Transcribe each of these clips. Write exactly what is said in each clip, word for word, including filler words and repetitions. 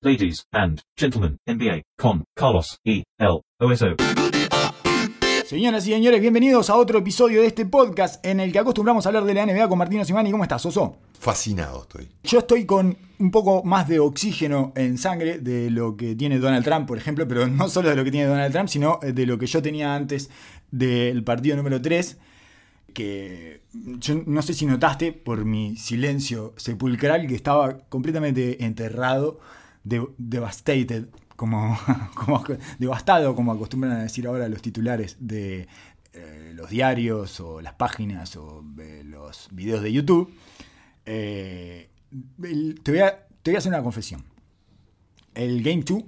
Ladies and gentlemen, N B A con Carlos E. L. Oso. Señoras y señores, bienvenidos a otro episodio de este podcast en el que acostumbramos a hablar de la N B A con Martino Simani. ¿Cómo estás, Oso? Fascinado estoy. Yo estoy con un poco más de oxígeno en sangre de lo que tiene Donald Trump, por ejemplo, pero no solo de lo que tiene Donald Trump, sino de lo que yo tenía antes del partido número tres, que yo no sé si notaste por mi silencio sepulcral que estaba completamente enterrado, de, devastated, como, como devastado, como acostumbran a decir ahora los titulares de eh, los diarios o las páginas o eh, los videos de YouTube. Eh, el, te, voy a, te voy a hacer una confesión. El Game dos,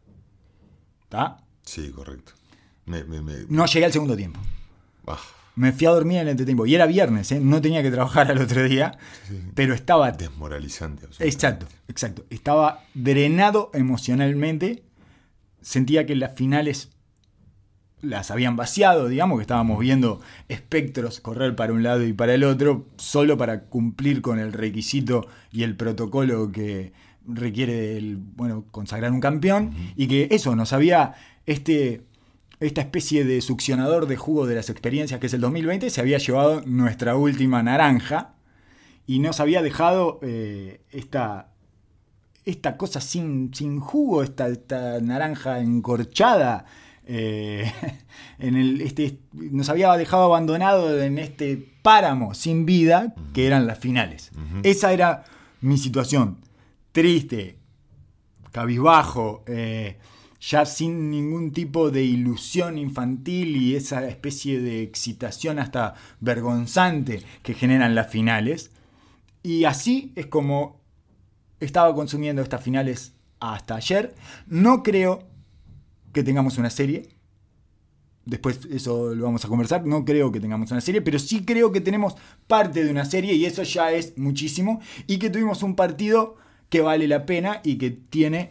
¿está? Sí, correcto. Me, me, me... No llegué al segundo tiempo. Ah. Me fui a dormir en el entretiempo. Y era viernes, ¿eh? No tenía que trabajar al otro día. Sí, pero estaba... desmoralizante. Exacto, exacto. Estaba drenado emocionalmente. Sentía que las finales las habían vaciado, digamos, que estábamos viendo espectros correr para un lado y para el otro, solo para cumplir con el requisito y el protocolo que requiere el, bueno, consagrar un campeón. Uh-huh. Y que eso, nos había... este esta especie de succionador de jugo de las experiencias que es el dos mil veinte, se había llevado nuestra última naranja y nos había dejado eh, esta, esta cosa sin, sin jugo, esta, esta naranja encorchada. Eh, en el, este, nos había dejado abandonado en este páramo sin vida que eran las finales. Uh-huh. Esa era mi situación. Triste, cabizbajo, eh, ya sin ningún tipo de ilusión infantil y esa especie de excitación hasta vergonzante que generan las finales. Y así es como estaba consumiendo estas finales hasta ayer. No creo que tengamos una serie. Después eso lo vamos a conversar. No creo que tengamos una serie, pero sí creo que tenemos parte de una serie y eso ya es muchísimo. Y que tuvimos un partido que vale la pena y que tiene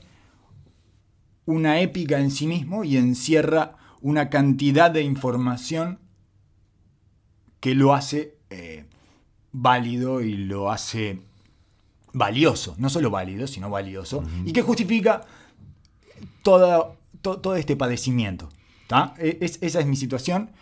una épica en sí mismo y encierra una cantidad de información que lo hace eh, válido y lo hace valioso, no solo válido, sino valioso, uh-huh. Y que justifica toda, to, todo este padecimiento, ¿tá? Es, esa es mi situación.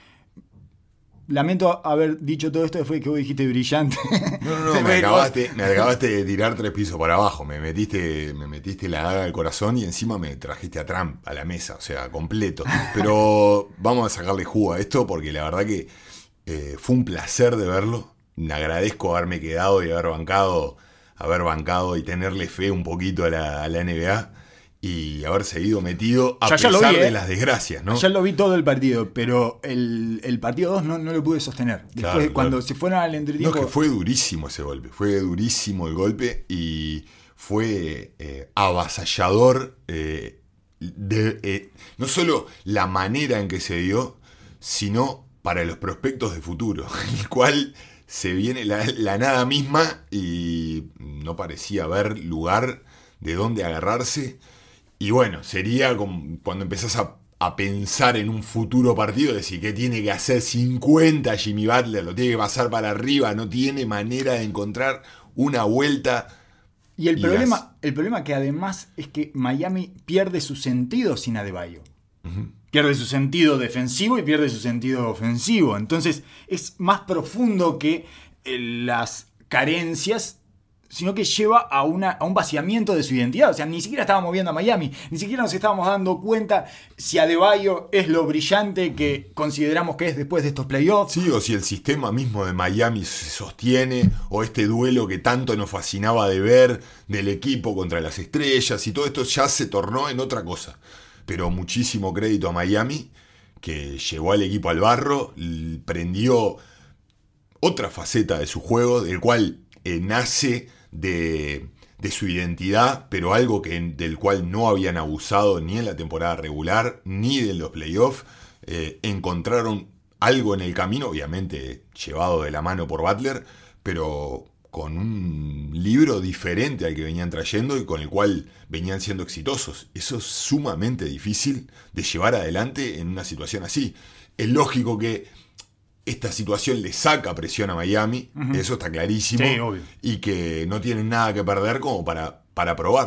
Lamento haber dicho todo esto después de que vos dijiste brillante. No, no, no, me acabaste, me acabaste de tirar tres pisos para abajo. Me metiste, me metiste la daga al corazón y encima me trajiste a Trump a la mesa, o sea, completo. Pero vamos a sacarle jugo a esto porque la verdad que eh, fue un placer de verlo. Me agradezco haberme quedado y haber bancado, haber bancado y tenerle fe un poquito a la, a la N B A. Y haber seguido metido a ya, pesar ya vi, de eh. las desgracias, ¿no? Ya lo vi todo el partido, pero el, el partido dos no, no lo pude sostener. Después, claro, cuando claro. se fueron al entretiempo... No, es que fue durísimo ese golpe. Fue durísimo el golpe y fue eh, avasallador. Eh, de, eh, no solo la manera en que se dio, sino para los prospectos de futuro. El cual se viene la, la nada misma y no parecía haber lugar de dónde agarrarse. Y bueno, sería como cuando empezás a, a pensar en un futuro partido, decir que tiene que hacer cincuenta Jimmy Butler, lo tiene que pasar para arriba, no tiene manera de encontrar una vuelta. Y el, y problema, las... el problema que además es que Miami pierde su sentido sin Adebayo. Uh-huh. Pierde su sentido defensivo y pierde su sentido ofensivo. Entonces es más profundo que eh, las carencias, sino que lleva a, una, a un vaciamiento de su identidad. O sea, ni siquiera estábamos viendo a Miami, ni siquiera nos estábamos dando cuenta si Adebayo es lo brillante que consideramos que es después de estos playoffs. Sí, o si el sistema mismo de Miami se sostiene, o este duelo que tanto nos fascinaba de ver del equipo contra las estrellas, y todo esto ya se tornó en otra cosa. Pero muchísimo crédito a Miami, que llevó al equipo al barro, prendió otra faceta de su juego, del cual eh, nace De, de su identidad, pero algo que, del cual no habían abusado ni en la temporada regular ni en los playoffs. Eh, encontraron algo en el camino, obviamente llevado de la mano por Butler, pero con un libro diferente al que venían trayendo y con el cual venían siendo exitosos. Eso es sumamente difícil de llevar adelante en una situación así. Es lógico que esta situación le saca presión a Miami, uh-huh. Eso está clarísimo, sí, obvio. Y que no tienen nada que perder como para, para probar.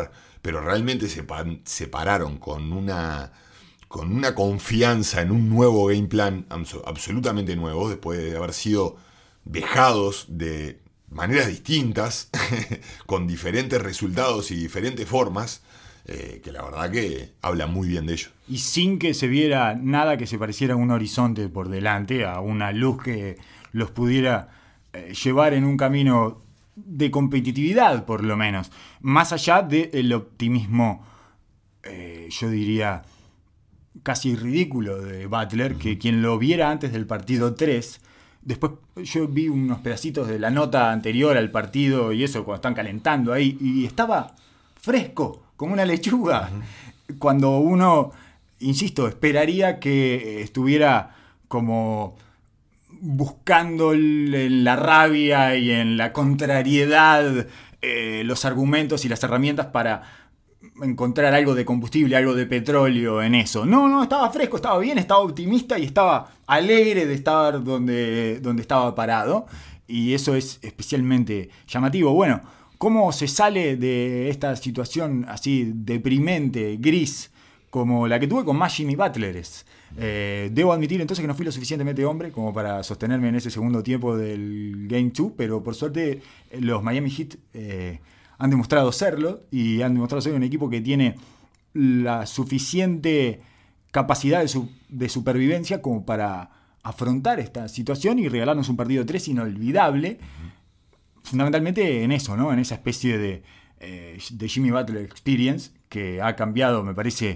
pero realmente se, pa- se pararon con una, con una confianza en un nuevo game plan abso- absolutamente nuevo, después de haber sido vejados de maneras distintas, con diferentes resultados y diferentes formas, eh, que la verdad que habla muy bien de ellos. Y sin que se viera nada que se pareciera a un horizonte por delante, a una luz que los pudiera eh, llevar en un camino de competitividad, por lo menos. Más allá del optimismo, eh, yo diría, casi ridículo de Butler, uh-huh. que quien lo viera antes del partido tres, después yo vi unos pedacitos de la nota anterior al partido y eso, cuando están calentando ahí, y estaba fresco, como una lechuga. Uh-huh. Cuando uno, insisto, esperaría que estuviera como buscando en la rabia y en la contrariedad eh, los argumentos y las herramientas para encontrar algo de combustible, algo de petróleo en eso. No, no, estaba fresco, estaba bien, estaba optimista y estaba alegre de estar donde, donde estaba parado. Y eso es especialmente llamativo. Bueno, ¿cómo se sale de esta situación así deprimente, gris, como la que tuve con más Jimmy Butleres? Eh, debo admitir entonces que no fui lo suficientemente hombre como para sostenerme en ese segundo tiempo del Game dos, pero por suerte los Miami Heat eh, han demostrado serlo y han demostrado ser un equipo que tiene la suficiente capacidad de, su, de supervivencia como para afrontar esta situación y regalarnos un partido tres inolvidable, uh-huh. fundamentalmente en eso, ¿no? En esa especie de, eh, de Jimmy Butler Experience que ha cambiado, me parece,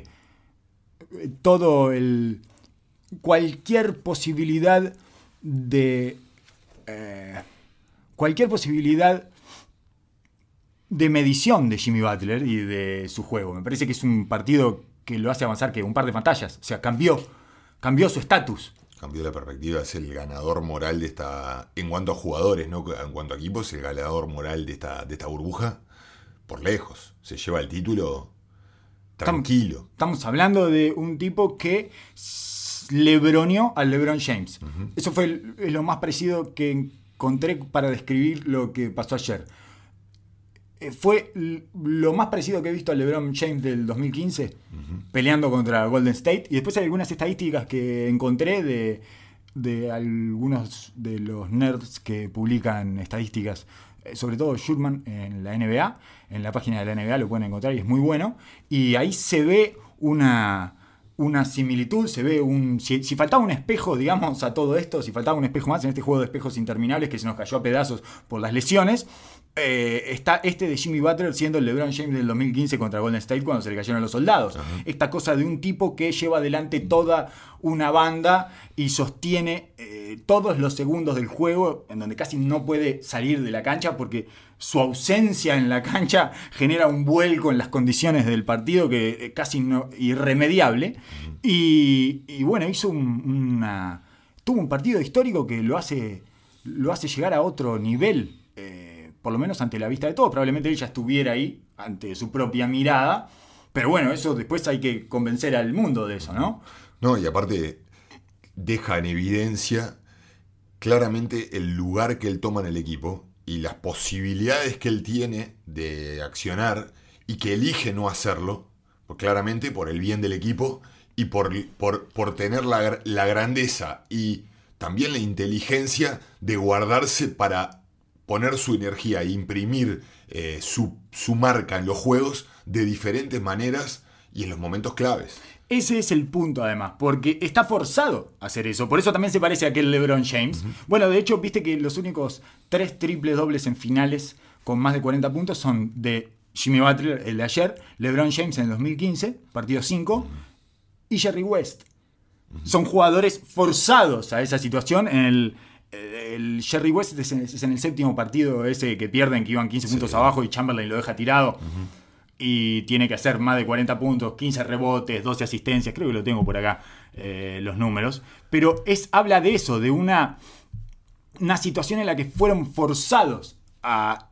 todo el cualquier posibilidad de eh, cualquier posibilidad de medición de Jimmy Butler y de su juego. Me parece que es un partido que lo hace avanzar que un par de pantallas, o sea, cambió cambió su estatus. Cambió la perspectiva, es el ganador moral de esta, en cuanto a jugadores, no en cuanto a equipos, el ganador moral de esta, de esta burbuja, por lejos, se lleva el título tranquilo. Estamos, estamos hablando de un tipo que lebroneó al LeBron James. Uh-huh. Eso fue el, lo más parecido que encontré para describir lo que pasó ayer. Fue lo más parecido que he visto al LeBron James del dos mil quince, uh-huh. peleando contra Golden State. Y después hay algunas estadísticas que encontré de, de algunos de los nerds que publican estadísticas, sobre todo Schurman en la N B A. En la página de la N B A lo pueden encontrar y es muy bueno. Y ahí se ve una, una similitud, se ve un... Si, si faltaba un espejo, digamos, a todo esto, si faltaba un espejo más en este juego de espejos interminables que se nos cayó a pedazos por las lesiones... Eh, está este de Jimmy Butler siendo el LeBron James del dos mil quince contra Golden State cuando se le cayeron los soldados. Uh-huh. Esta cosa de un tipo que lleva adelante toda una banda y sostiene eh, todos los segundos del juego, en donde casi no puede salir de la cancha porque su ausencia en la cancha genera un vuelco en las condiciones del partido que es eh, casi no, irremediable. Uh-huh. y, y bueno, hizo un, una tuvo un partido histórico que lo hace, lo hace llegar a otro nivel. Eh, por lo menos ante la vista de todos. Probablemente ella estuviera ahí ante su propia mirada, pero bueno, eso después hay que convencer al mundo de eso, ¿no? No, y aparte deja en evidencia claramente el lugar que él toma en el equipo y las posibilidades que él tiene de accionar y que elige no hacerlo, pues claramente por el bien del equipo y por, por, por tener la, la grandeza y también la inteligencia de guardarse para poner su energía e imprimir eh, su, su marca en los juegos de diferentes maneras y en los momentos claves. Ese es el punto, además, porque está forzado a hacer eso. Por eso también se parece a aquel LeBron James. Uh-huh. Bueno, de hecho, viste que los únicos tres triples dobles en finales con más de cuarenta puntos son de Jimmy Butler, el de ayer, LeBron James en el dos mil quince, partido cinco, uh-huh. y Jerry West. Uh-huh. Son jugadores forzados a esa situación en el... El Jerry West es en, es en el séptimo partido ese que pierden, que iban quince sí. puntos abajo y Chamberlain lo deja tirado. Uh-huh. Y tiene que hacer más de cuarenta puntos, quince rebotes, doce asistencias. Creo que lo tengo por acá, eh, los números. Pero es, habla de eso, de una, una situación en la que fueron forzados a,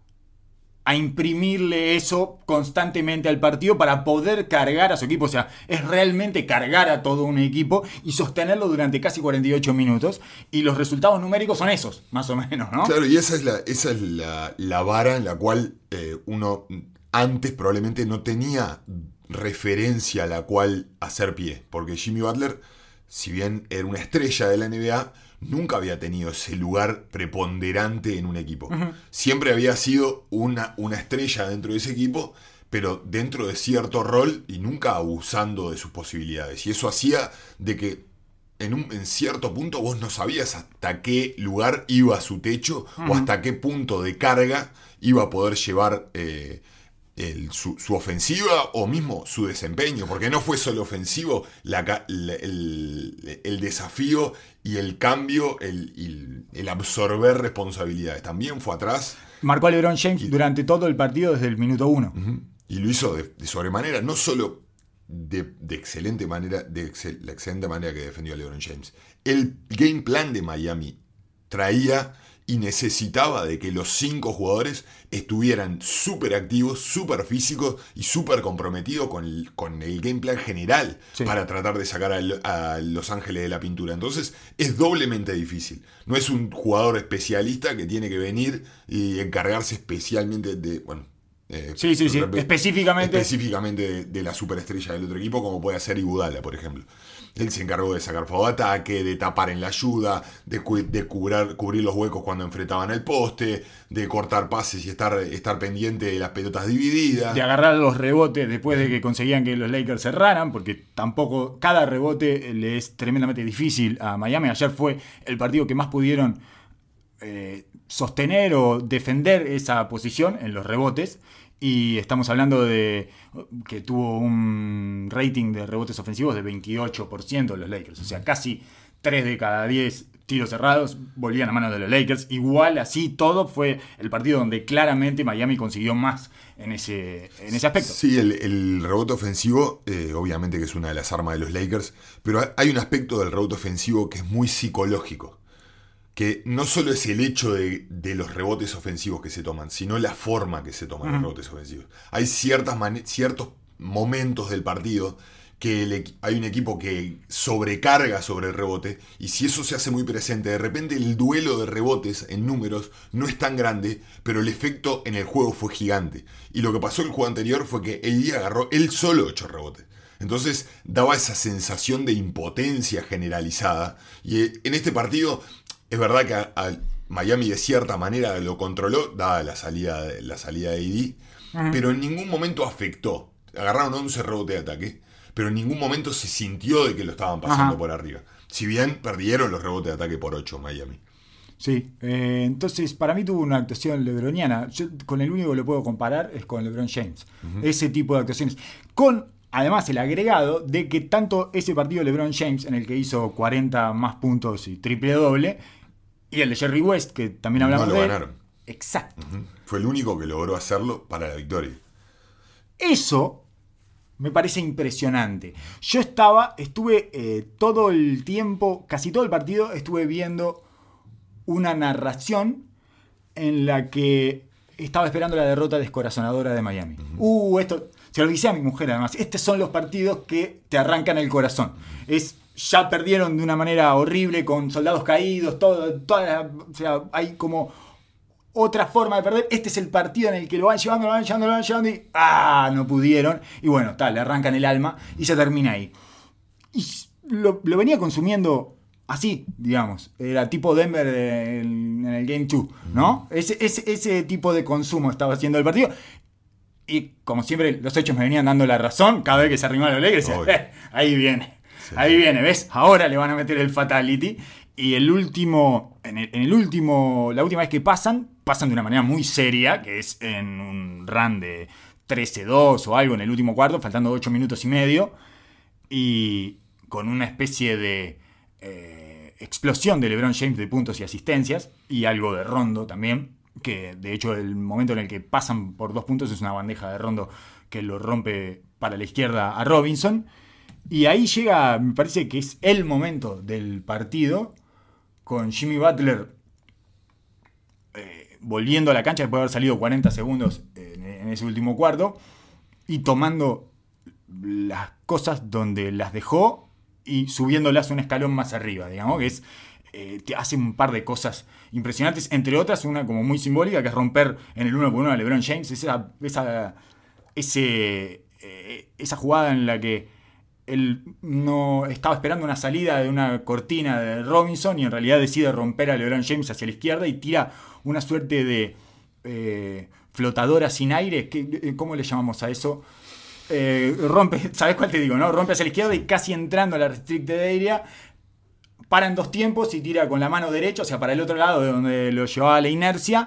a imprimirle eso constantemente al partido para poder cargar a su equipo. O sea, es realmente cargar a todo un equipo y sostenerlo durante casi cuarenta y ocho minutos. Y los resultados numéricos son esos, más o menos, ¿no? Claro, y esa es la, esa es la, la vara en la cual eh, uno antes probablemente no tenía referencia a la cual hacer pie, porque Jimmy Butler, si bien era una estrella de la N B A, nunca había tenido ese lugar preponderante en un equipo. Uh-huh. Siempre había sido una, una estrella dentro de ese equipo, pero dentro de cierto rol y nunca abusando de sus posibilidades. Y eso hacía de que en, un, en cierto punto vos no sabías hasta qué lugar iba su techo, uh-huh, o hasta qué punto de carga iba a poder llevar eh, el, su, su ofensiva o mismo su desempeño. Porque no fue solo ofensivo, la, la, el, el desafío y el cambio, el, el, el absorber responsabilidades. También fue atrás. Marcó a LeBron James y, durante todo el partido desde el minuto uno. Uh-huh. Y lo hizo de, de sobremanera, no solo de, de excelente manera, de excel, la excelente manera que defendió a LeBron James. El game plan de Miami traía y necesitaba de que los cinco jugadores estuvieran súper activos, súper físicos y súper comprometidos con el, con el game plan general, sí, para tratar de sacar a, a Los Ángeles de la pintura. Entonces es doblemente difícil. No es un jugador especialista que tiene que venir y encargarse especialmente de... bueno, Eh, sí, sí, sí. Específicamente, específicamente de, de la superestrella del otro equipo, como puede ser Iguodala, por ejemplo. Él se encargó de sacar fuego de ataque, de tapar en la ayuda, de, cu- de cubrir, cubrir los huecos cuando enfrentaban el poste, de cortar pases y estar, estar pendiente de las pelotas divididas. De agarrar los rebotes después de que conseguían que los Lakers cerraran, porque tampoco cada rebote le es tremendamente difícil a Miami. Ayer fue el partido que más pudieron eh, sostener o defender esa posición en los rebotes. Y estamos hablando de que tuvo un rating de rebotes ofensivos de veintiocho por ciento los Lakers. O sea, casi tres de cada diez tiros cerrados volvían a manos de los Lakers. Igual, así todo, fue el partido donde claramente Miami consiguió más en ese, en ese aspecto. Sí, el, el rebote ofensivo, eh, obviamente que es una de las armas de los Lakers, pero hay un aspecto del rebote ofensivo que es muy psicológico. Que no solo es el hecho de, de los rebotes ofensivos que se toman, sino la forma que se toman, uh-huh, los rebotes ofensivos. Hay ciertas man- ciertos momentos del partido que el, hay un equipo que sobrecarga sobre el rebote, y si eso se hace muy presente, de repente el duelo de rebotes en números no es tan grande, pero el efecto en el juego fue gigante. Y lo que pasó el juego anterior fue que A D agarró él solo ocho rebotes. Entonces daba esa sensación de impotencia generalizada. Y en este partido... es verdad que a, a Miami de cierta manera lo controló, dada la salida de, la salida de A D, uh-huh, pero en ningún momento afectó. Agarraron once rebotes de ataque, pero en ningún momento se sintió de que lo estaban pasando, uh-huh, por arriba. Si bien perdieron los rebotes de ataque por ocho Miami. Sí, eh, entonces para mí tuvo una actuación lebroniana. Yo con el único que lo puedo comparar es con LeBron James. Uh-huh. Ese tipo de actuaciones. Con... además, el agregado de que tanto ese partido de LeBron James, en el que hizo cuarenta más puntos y triple doble, y el de Jerry West, que también hablamos no lo de... ganaron. Exacto. Uh-huh. Fue el único que logró hacerlo para la victoria. Eso me parece impresionante. Yo estaba, estuve eh, todo el tiempo, casi todo el partido, estuve viendo una narración en la que estaba esperando la derrota descorazonadora de Miami. Uh, uh esto... se lo dice a mi mujer además. Estos son los partidos que te arrancan el corazón. Es, ya perdieron de una manera horrible con soldados caídos, todo, toda la, o sea, hay como otra forma de perder. Este es el partido en el que lo van llevando, lo van llevando, lo van llevando y ¡ah! No pudieron. Y bueno, tal, le arrancan el alma y se termina ahí. Y lo, lo venía consumiendo así, digamos. Era tipo Denver en, en el Game dos, ¿no? Ese, ese, ese tipo de consumo estaba haciendo el partido. Y como siempre, los hechos me venían dando la razón. Cada vez que se arrimaban los Lakers, eh, ahí viene, sí, ahí viene, ¿ves? Ahora le van a meter el fatality. Y el último, en el, en el último, la última vez que pasan, pasan de una manera muy seria, que es en un run de trece dos o algo en el último cuarto, faltando ocho minutos y medio. Y con una especie de eh, explosión de LeBron James de puntos y asistencias. Y algo de Rondo también. Que de hecho el momento en el que pasan por dos puntos es una bandeja de Rondo que lo rompe para la izquierda a Robinson. Y ahí llega, me parece que es el momento del partido, con Jimmy Butler eh, volviendo a la cancha después de haber salido cuarenta segundos en, en ese último cuarto y tomando las cosas donde las dejó y subiéndolas un escalón más arriba, digamos, que es... Eh, te hace un par de cosas impresionantes, entre otras una como muy simbólica, que es romper en el uno por uno a LeBron James, esa, esa ese, eh, esa jugada en la que él no estaba esperando una salida de una cortina de Robinson y en realidad decide romper a LeBron James hacia la izquierda y tira una suerte de eh, flotadora sin aire. ¿Cómo le llamamos a eso? Eh, rompe, ¿sabes cuál te digo? ¿No? Rompe hacia la izquierda y casi entrando a la restricted area, para en dos tiempos y tira con la mano derecha, o sea, para el otro lado de donde lo llevaba la inercia,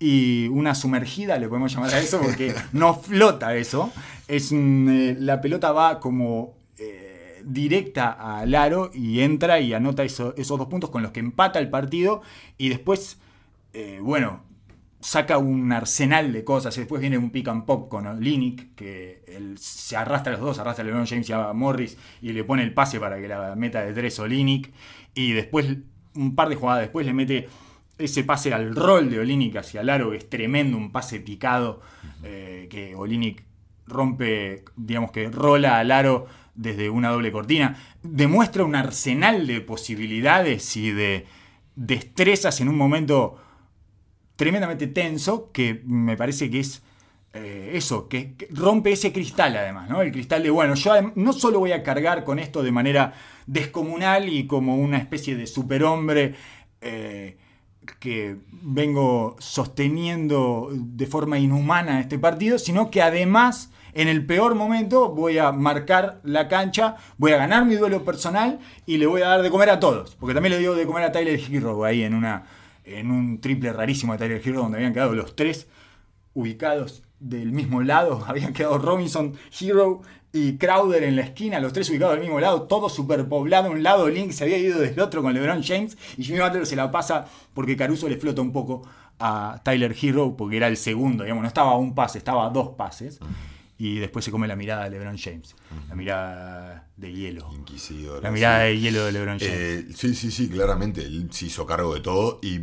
y una sumergida, le podemos llamar a eso, porque no flota eso. Es un, eh, la pelota va como eh, directa al aro y entra y anota eso, esos dos puntos con los que empata el partido, y después, eh, bueno, saca un arsenal de cosas. Después viene un pick and pop con Olynyk, que él se arrastra a los dos, arrastra a LeBron James y a Morris y le pone el pase para que la meta de tres Olynyk. Y después, un par de jugadas después, le mete ese pase al rol de Olynyk hacia el aro, que es tremendo, un pase picado, eh, que Olynyk rompe, digamos que rola al aro desde una doble cortina. Demuestra un arsenal de posibilidades y de destrezas en un momento tremendamente tenso, que me parece que es eh, eso, que, que rompe ese cristal además, ¿no? El cristal de, bueno, yo no solo voy a cargar con esto de manera descomunal y como una especie de superhombre eh, que vengo sosteniendo de forma inhumana este partido, sino que además en el peor momento voy a marcar la cancha, voy a ganar mi duelo personal y le voy a dar de comer a todos, porque también le dio de comer a Tyler Herro ahí en una en un triple rarísimo de Tyler Herro donde habían quedado los tres ubicados del mismo lado. Habían quedado Robinson, Herro y Crowder en la esquina, los tres ubicados del mismo lado, todo superpoblado. Un lado Link se había ido del otro con LeBron James y Jimmy Butler se la pasa porque Caruso le flota un poco a Tyler Herro porque era el segundo, digamos, no estaba a un pase, estaba a dos pases. Y después se come la mirada de LeBron James. Uh-huh. La mirada de hielo. Inquisidora. La mirada sí. de hielo de LeBron James. Eh, sí, sí, sí, claramente. Él se hizo cargo de todo. Y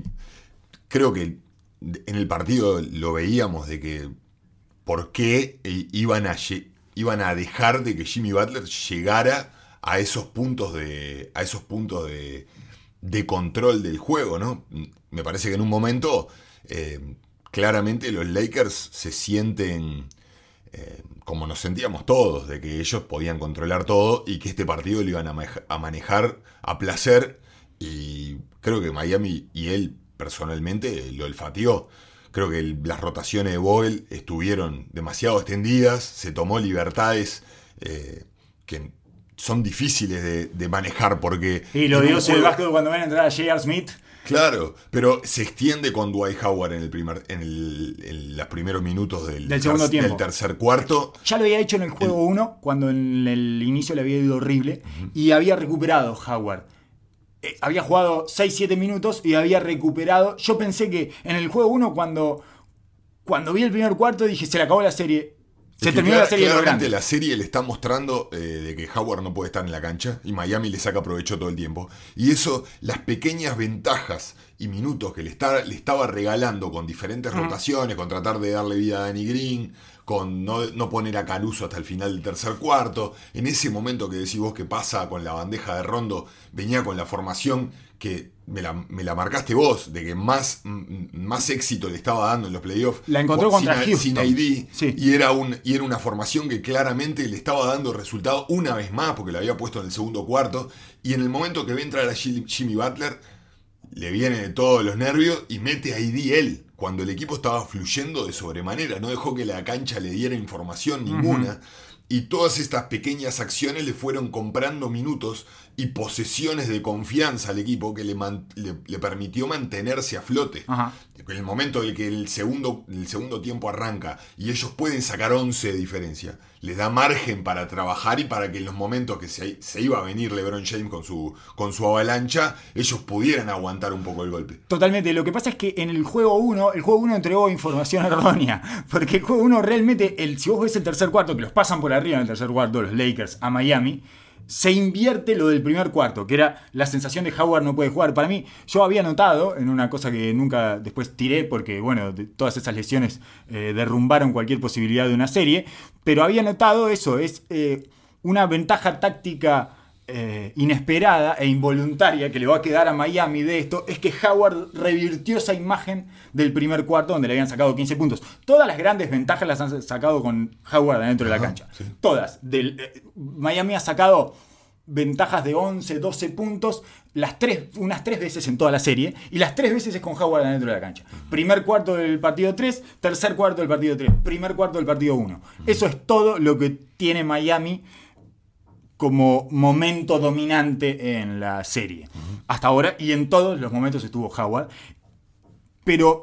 creo que en el partido lo veíamos de que por qué iban a, iban a dejar de que Jimmy Butler llegara a esos puntos de, a esos puntos de, de control del juego, ¿no? Me parece que en un momento eh, claramente los Lakers se sienten... Eh, como nos sentíamos todos, de que ellos podían controlar todo y que este partido lo iban a, maneja, a manejar a placer, y creo que Miami y él personalmente lo olfateó. Creo que el, las rotaciones de Vogel estuvieron demasiado extendidas, se tomó libertades eh, que son difíciles de, de manejar porque... Y lo dios del básquet cuando ven a entrar a J R. Smith... Claro, pero se extiende con Dwight Howard en el primer, en, el, en los primeros minutos del, del segundo ter, tiempo. Del tercer cuarto. Ya lo había hecho en el juego uno, cuando en el inicio le había ido horrible, uh-huh. y había recuperado Howard. Eh, había jugado seis siete minutos y había recuperado. Yo pensé que en el juego uno, cuando, cuando vi el primer cuarto, dije, se le acabó la serie. Se terminó clara, la serie. Claramente la serie le está mostrando eh, de que Howard no puede estar en la cancha y Miami le saca provecho todo el tiempo. Y eso, las pequeñas ventajas y minutos que le, está, le estaba regalando con diferentes uh-huh. rotaciones, con tratar de darle vida a Danny Green, con no, no poner a Caruso hasta el final del tercer cuarto. En ese momento que decís vos que pasa con la bandeja de Rondo, venía con la formación que me la, me la marcaste vos, de que más, más éxito le estaba dando en los playoffs. La encontró contra sin, Houston. Sin A D, sí. y, era un, y era una formación que claramente le estaba dando resultado una vez más, porque la había puesto en el segundo cuarto, y en el momento que ve entrar a Jimmy Butler, le viene de todos los nervios y mete a A D él, cuando el equipo estaba fluyendo de sobremanera, no dejó que la cancha le diera información ninguna. Uh-huh. Y todas estas pequeñas acciones le fueron comprando minutos y posesiones de confianza al equipo que le, man, le, le permitió mantenerse a flote. Ajá. En el momento en que el segundo, el segundo tiempo arranca y ellos pueden sacar once de diferencia, les da margen para trabajar y para que en los momentos que se, se iba a venir LeBron James con su, con su avalancha, ellos pudieran aguantar un poco el golpe. Totalmente. Lo que pasa es que en el juego uno, el juego uno entregó información errónea. Porque el juego uno realmente, el, si vos ves el tercer cuarto, que los pasan por arriba en el tercer cuarto los Lakers a Miami, se invierte lo del primer cuarto, que era la sensación de Howard no puede jugar. Para mí, yo había notado en una cosa que nunca después tiré, porque bueno, todas esas lesiones eh, derrumbaron cualquier posibilidad de una serie, pero había notado eso, es eh, una ventaja táctica eh, inesperada e involuntaria que le va a quedar a Miami de esto es que Howard revirtió esa imagen del primer cuarto donde le habían sacado quince puntos. Todas las grandes ventajas las han sacado con Howard adentro de la cancha. Sí. Todas. Del, eh, Miami ha sacado ventajas de once, doce puntos, las tres, unas tres veces en toda la serie, y las tres veces es con Howard adentro de la cancha. Primer cuarto del partido tres, tercer cuarto del partido tres, primer cuarto del partido uno. Eso es todo lo que tiene Miami como momento dominante en la serie. Hasta ahora, y en todos los momentos estuvo Howard. Pero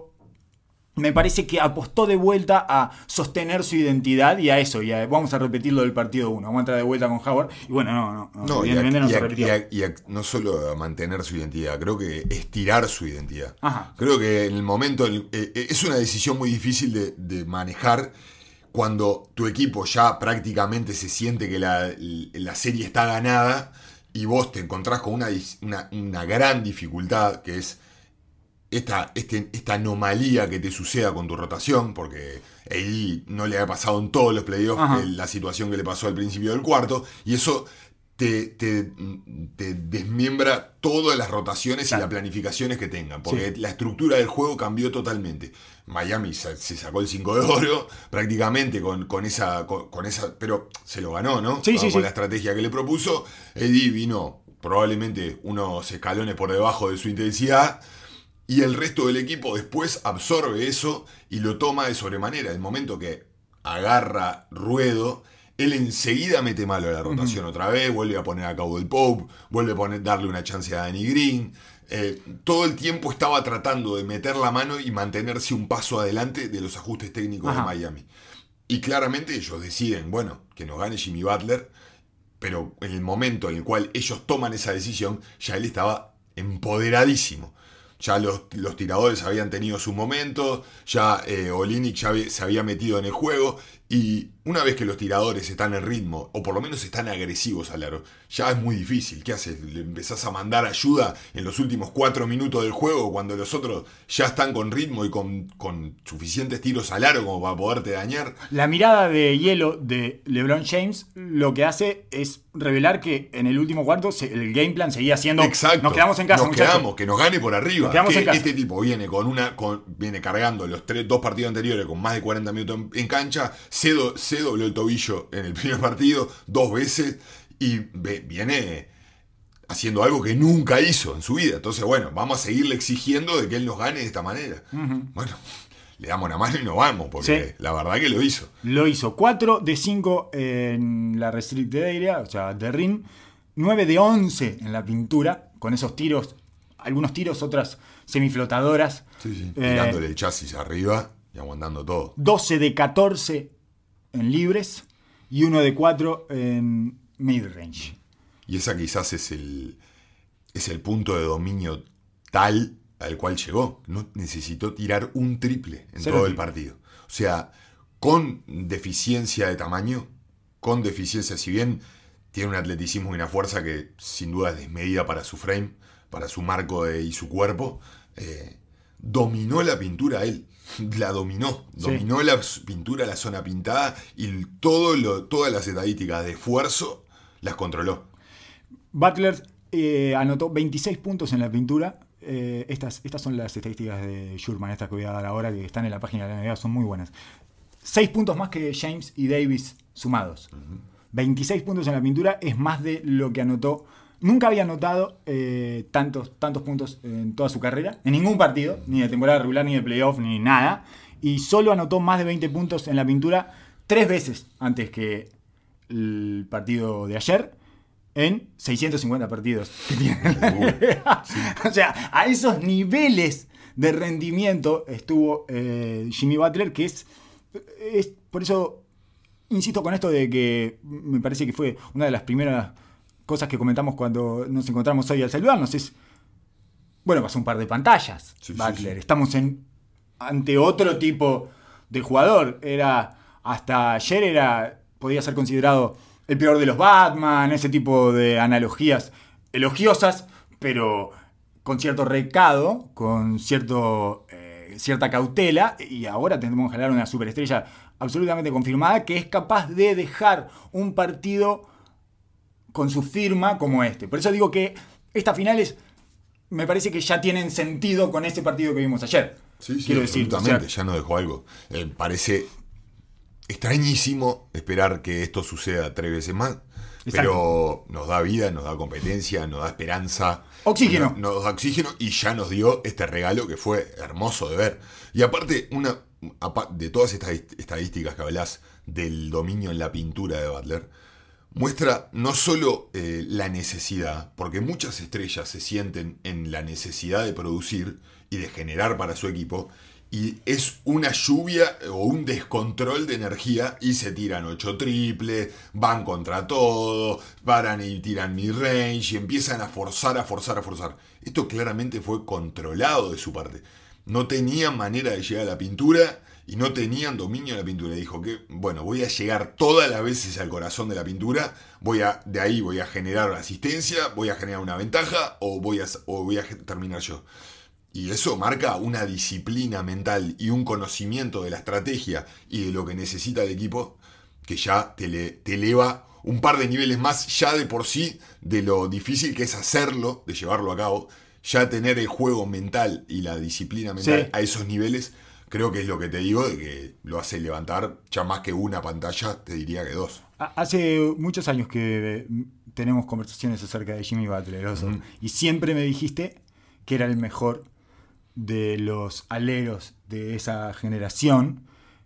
me parece que apostó de vuelta a sostener su identidad y a eso. Y a, vamos a repetirlo del partido uno. Vamos a entrar de vuelta con Howard. Y bueno, no, no, no, No, y, evidentemente a, no y, se a, repitió. y, a, y a, no solo a mantener su identidad, creo que estirar su identidad. Ajá. Creo que en el momento eh, eh, es una decisión muy difícil de, de manejar cuando tu equipo ya prácticamente se siente que la, la serie está ganada y vos te encontrás con una, una, una gran dificultad que es esta, este, esta anomalía que te suceda con tu rotación, porque A D no le ha pasado en todos los playoffs eh, la situación que le pasó al principio del cuarto, y eso te, te, te desmiembra todas las rotaciones claro. y las planificaciones que tengan, porque sí. la estructura del juego cambió totalmente. Miami se, se sacó el cinco de oro prácticamente con, con, esa, con, con esa, pero se lo ganó, ¿no? Sí, con, sí, con sí. la estrategia que le propuso. A D vino probablemente unos escalones por debajo de su intensidad, y el resto del equipo después absorbe eso y lo toma de sobremanera. El momento que agarra ruedo, él enseguida mete malo a la rotación uh-huh. otra vez, vuelve a poner a Caldwell Pope, vuelve a poner, darle una chance a Danny Green. Eh, todo el tiempo estaba tratando de meter la mano y mantenerse un paso adelante de los ajustes técnicos Ajá. de Miami. Y claramente ellos deciden, bueno, que nos gane Jimmy Butler, pero en el momento en el cual ellos toman esa decisión, ya él estaba empoderadísimo. Ya los, los tiradores habían tenido su momento, ya eh, Olynyk ya había, se había metido en el juego, y una vez que los tiradores están en ritmo, o por lo menos están agresivos al aro, ya es muy difícil. ¿Qué haces? ¿Le empezás a mandar ayuda en los últimos cuatro minutos del juego cuando los otros ya están con ritmo y con, con suficientes tiros al aro como para poderte dañar? La mirada de hielo de LeBron James lo que hace es revelar que en el último cuarto se, el game plan seguía siendo Exacto. Nos quedamos en casa, Nos muchachos. quedamos, que nos gane por arriba. Nos quedamos que en casa. Este tipo viene con una con, viene cargando los tres, dos partidos anteriores con más de cuarenta minutos en, en cancha, se, do, se dobló el tobillo en el primer partido dos veces y ve, viene haciendo algo que nunca hizo en su vida. Entonces, bueno, vamos a seguirle exigiendo de que él nos gane de esta manera. Uh-huh. Bueno, le damos la mano y nos vamos, porque sí. la verdad que lo hizo. Lo hizo. cuatro de cinco en la restricted area, o sea, de rim. nueve de once en la pintura, con esos tiros, algunos tiros, otras semiflotadoras. Sí, sí. Tirándole eh, el chasis arriba y aguantando todo. doce de catorce en libres y uno de cuatro en mid-range. Y esa quizás es el, es el punto de dominio tal al cual llegó. No necesitó tirar un triple en Cero todo triple. el partido. O sea, con deficiencia de tamaño, con deficiencia, si bien tiene un atleticismo y una fuerza que sin duda es desmedida para su frame, para su marco de, y su cuerpo, eh, dominó la pintura él. La dominó, dominó sí. la pintura, la zona pintada y todo lo, todas las estadísticas de esfuerzo las controló. Butler eh, anotó veintiséis puntos en la pintura. Eh, estas, estas son las estadísticas de Schurman, estas que voy a dar ahora, que están en la página de la N B A, son muy buenas. seis puntos más que James y Davis sumados. Uh-huh. veintiséis puntos en la pintura es más de lo que anotó. Nunca había anotado eh, tantos, tantos puntos en toda su carrera, en ningún partido, ni de temporada regular, ni de playoff, ni nada. Y solo anotó más de veinte puntos en la pintura tres veces antes que el partido de ayer, en seiscientos cincuenta partidos que tiene. Uh, sí. O sea, a esos niveles de rendimiento estuvo eh, Jimmy Butler, que es, es... Por eso insisto con esto de que me parece que fue una de las primeras cosas que comentamos cuando nos encontramos hoy al saludarnos. Es, bueno, pasó un par de pantallas, sí, Butler. Sí, sí. Estamos en, ante otro tipo de jugador. Era, hasta ayer era, podía ser considerado el peor de los Batman, ese tipo de analogías elogiosas, pero con cierto recado, con cierto, eh, cierta cautela, y ahora tenemos que hablar de una superestrella absolutamente confirmada que es capaz de dejar un partido con su firma como este. Por eso digo que estas finales me parece que ya tienen sentido con ese partido que vimos ayer. Sí, sí, Quiero decir, absolutamente, o sea, ya nos dejó algo. Eh, parece extrañísimo esperar que esto suceda tres veces más, exacto. Pero nos da vida, nos da competencia, nos da esperanza. Oxígeno. Nos, nos da oxígeno y ya nos dio este regalo que fue hermoso de ver. Y aparte, una de todas estas estadísticas que hablás del dominio en la pintura de Butler, muestra no solo eh, la necesidad, porque muchas estrellas se sienten en la necesidad de producir y de generar para su equipo, y es una lluvia o un descontrol de energía y se tiran ocho triples, van contra todo, paran y tiran mid-range y empiezan a forzar, a forzar, a forzar. Esto claramente fue controlado de su parte. No tenían manera de llegar a la pintura y no tenían dominio de la pintura. Dijo que, bueno, voy a llegar todas las veces al corazón de la pintura, voy a, de ahí voy a generar una asistencia, voy a generar una ventaja o voy a, o voy a terminar yo. Y eso marca una disciplina mental y un conocimiento de la estrategia y de lo que necesita el equipo que ya te, le, te eleva un par de niveles más ya de por sí de lo difícil que es hacerlo, de llevarlo a cabo. Ya tener el juego mental y la disciplina mental sí. a esos niveles, creo que es lo que te digo, de que lo hace levantar ya más que una pantalla, te diría que dos. Hace muchos años que tenemos conversaciones acerca de Jimmy Butler, uh-huh. y siempre me dijiste que era el mejor de los aleros de esa generación,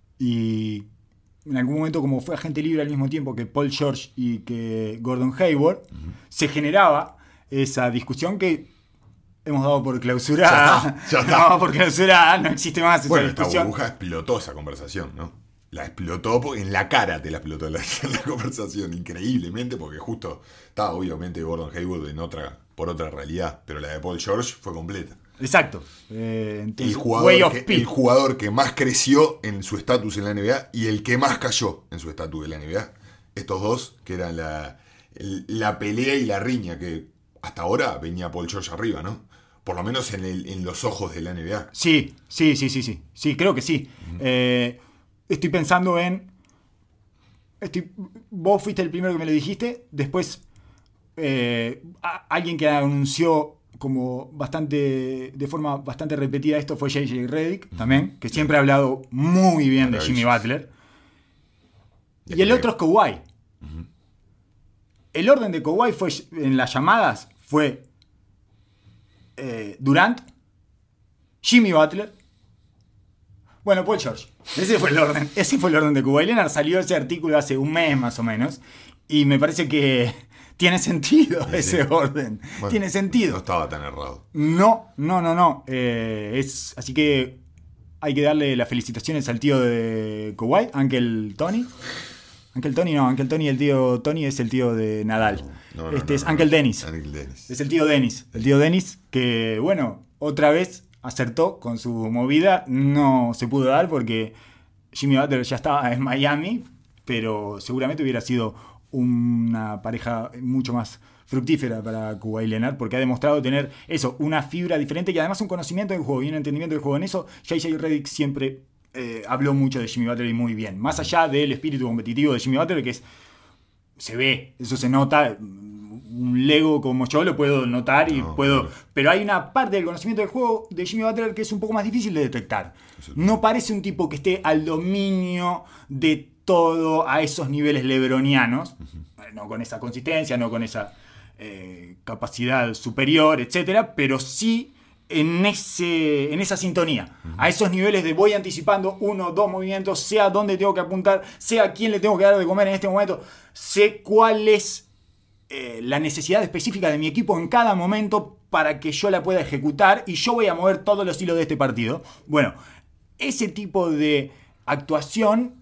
y en algún momento, como fue agente libre al mismo tiempo que Paul George y que Gordon Hayward, uh-huh. se generaba esa discusión que hemos dado por clausurada. Ya está, ya está. No, por clausurada, no existe más esa bueno, discusión. Esta burbuja explotó esa conversación, ¿no? La explotó, porque en la cara te la explotó la, la conversación, increíblemente, porque justo estaba obviamente Gordon Hayward en otra, por otra realidad, pero la de Paul George fue completa. Exacto. Eh, entonces, el, jugador que, el jugador que más creció en su estatus en la N B A y el que más cayó en su estatus en la N B A. Estos dos, que eran la, la pelea y la riña, que hasta ahora venía Paul George arriba, ¿no? Por lo menos en, el, en los ojos de la N B A. Sí, sí, sí, sí, sí. Sí, creo que sí. Uh-huh. Eh, estoy pensando en... Estoy, vos fuiste el primero que me lo dijiste. Después, eh, a, alguien que anunció como bastante, de forma bastante repetida esto fue J J Redick, uh-huh. también, que siempre ha hablado muy bien de Jimmy Butler. Y, y el otro es Kawhi. Uh-huh. El orden de Kawhi fue, en las llamadas fue eh, Durant, Jimmy Butler, bueno, Paul George. Ese fue el orden. Ese fue el orden de Kawhi Leonard. Salió ese artículo hace un mes más o menos. Y me parece que tiene sentido sí, ese sí. orden. Bueno, tiene sentido. No estaba tan errado. No, no, no, no. Eh, es, así que hay que darle las felicitaciones al tío de Kawhi, Uncle Tony. Uncle Tony no, Uncle Tony, el tío Tony es el tío de Nadal. No, no, este no, es no, Uncle no. Dennis. Uncle Dennis. Es el tío Dennis. El tío Dennis que, bueno, otra vez acertó con su movida. No se pudo dar porque Jimmy Butler ya estaba en Miami, pero seguramente hubiera sido una pareja mucho más fructífera para Kawhi Leonard, porque ha demostrado tener eso, una fibra diferente y además un conocimiento del juego y un entendimiento del juego. En eso J J Redick siempre eh, habló mucho de Jimmy Butler y muy bien, más allá del espíritu competitivo de Jimmy Butler, que es se ve, eso se nota. Un Lego como yo lo puedo notar y no, puedo... Claro. Pero hay una parte del conocimiento del juego de Jimmy Butler que es un poco más difícil de detectar. No parece un tipo que esté al dominio de todo a esos niveles lebronianos, uh-huh. no con esa consistencia, no con esa eh, capacidad superior, etcétera, pero sí en, ese, en esa sintonía, uh-huh. a esos niveles de voy anticipando uno, dos movimientos, sé a dónde tengo que apuntar, sé a quién le tengo que dar de comer en este momento, sé cuál es Eh, la necesidad específica de mi equipo en cada momento para que yo la pueda ejecutar y yo voy a mover todos los hilos de este partido. Bueno, ese tipo de actuación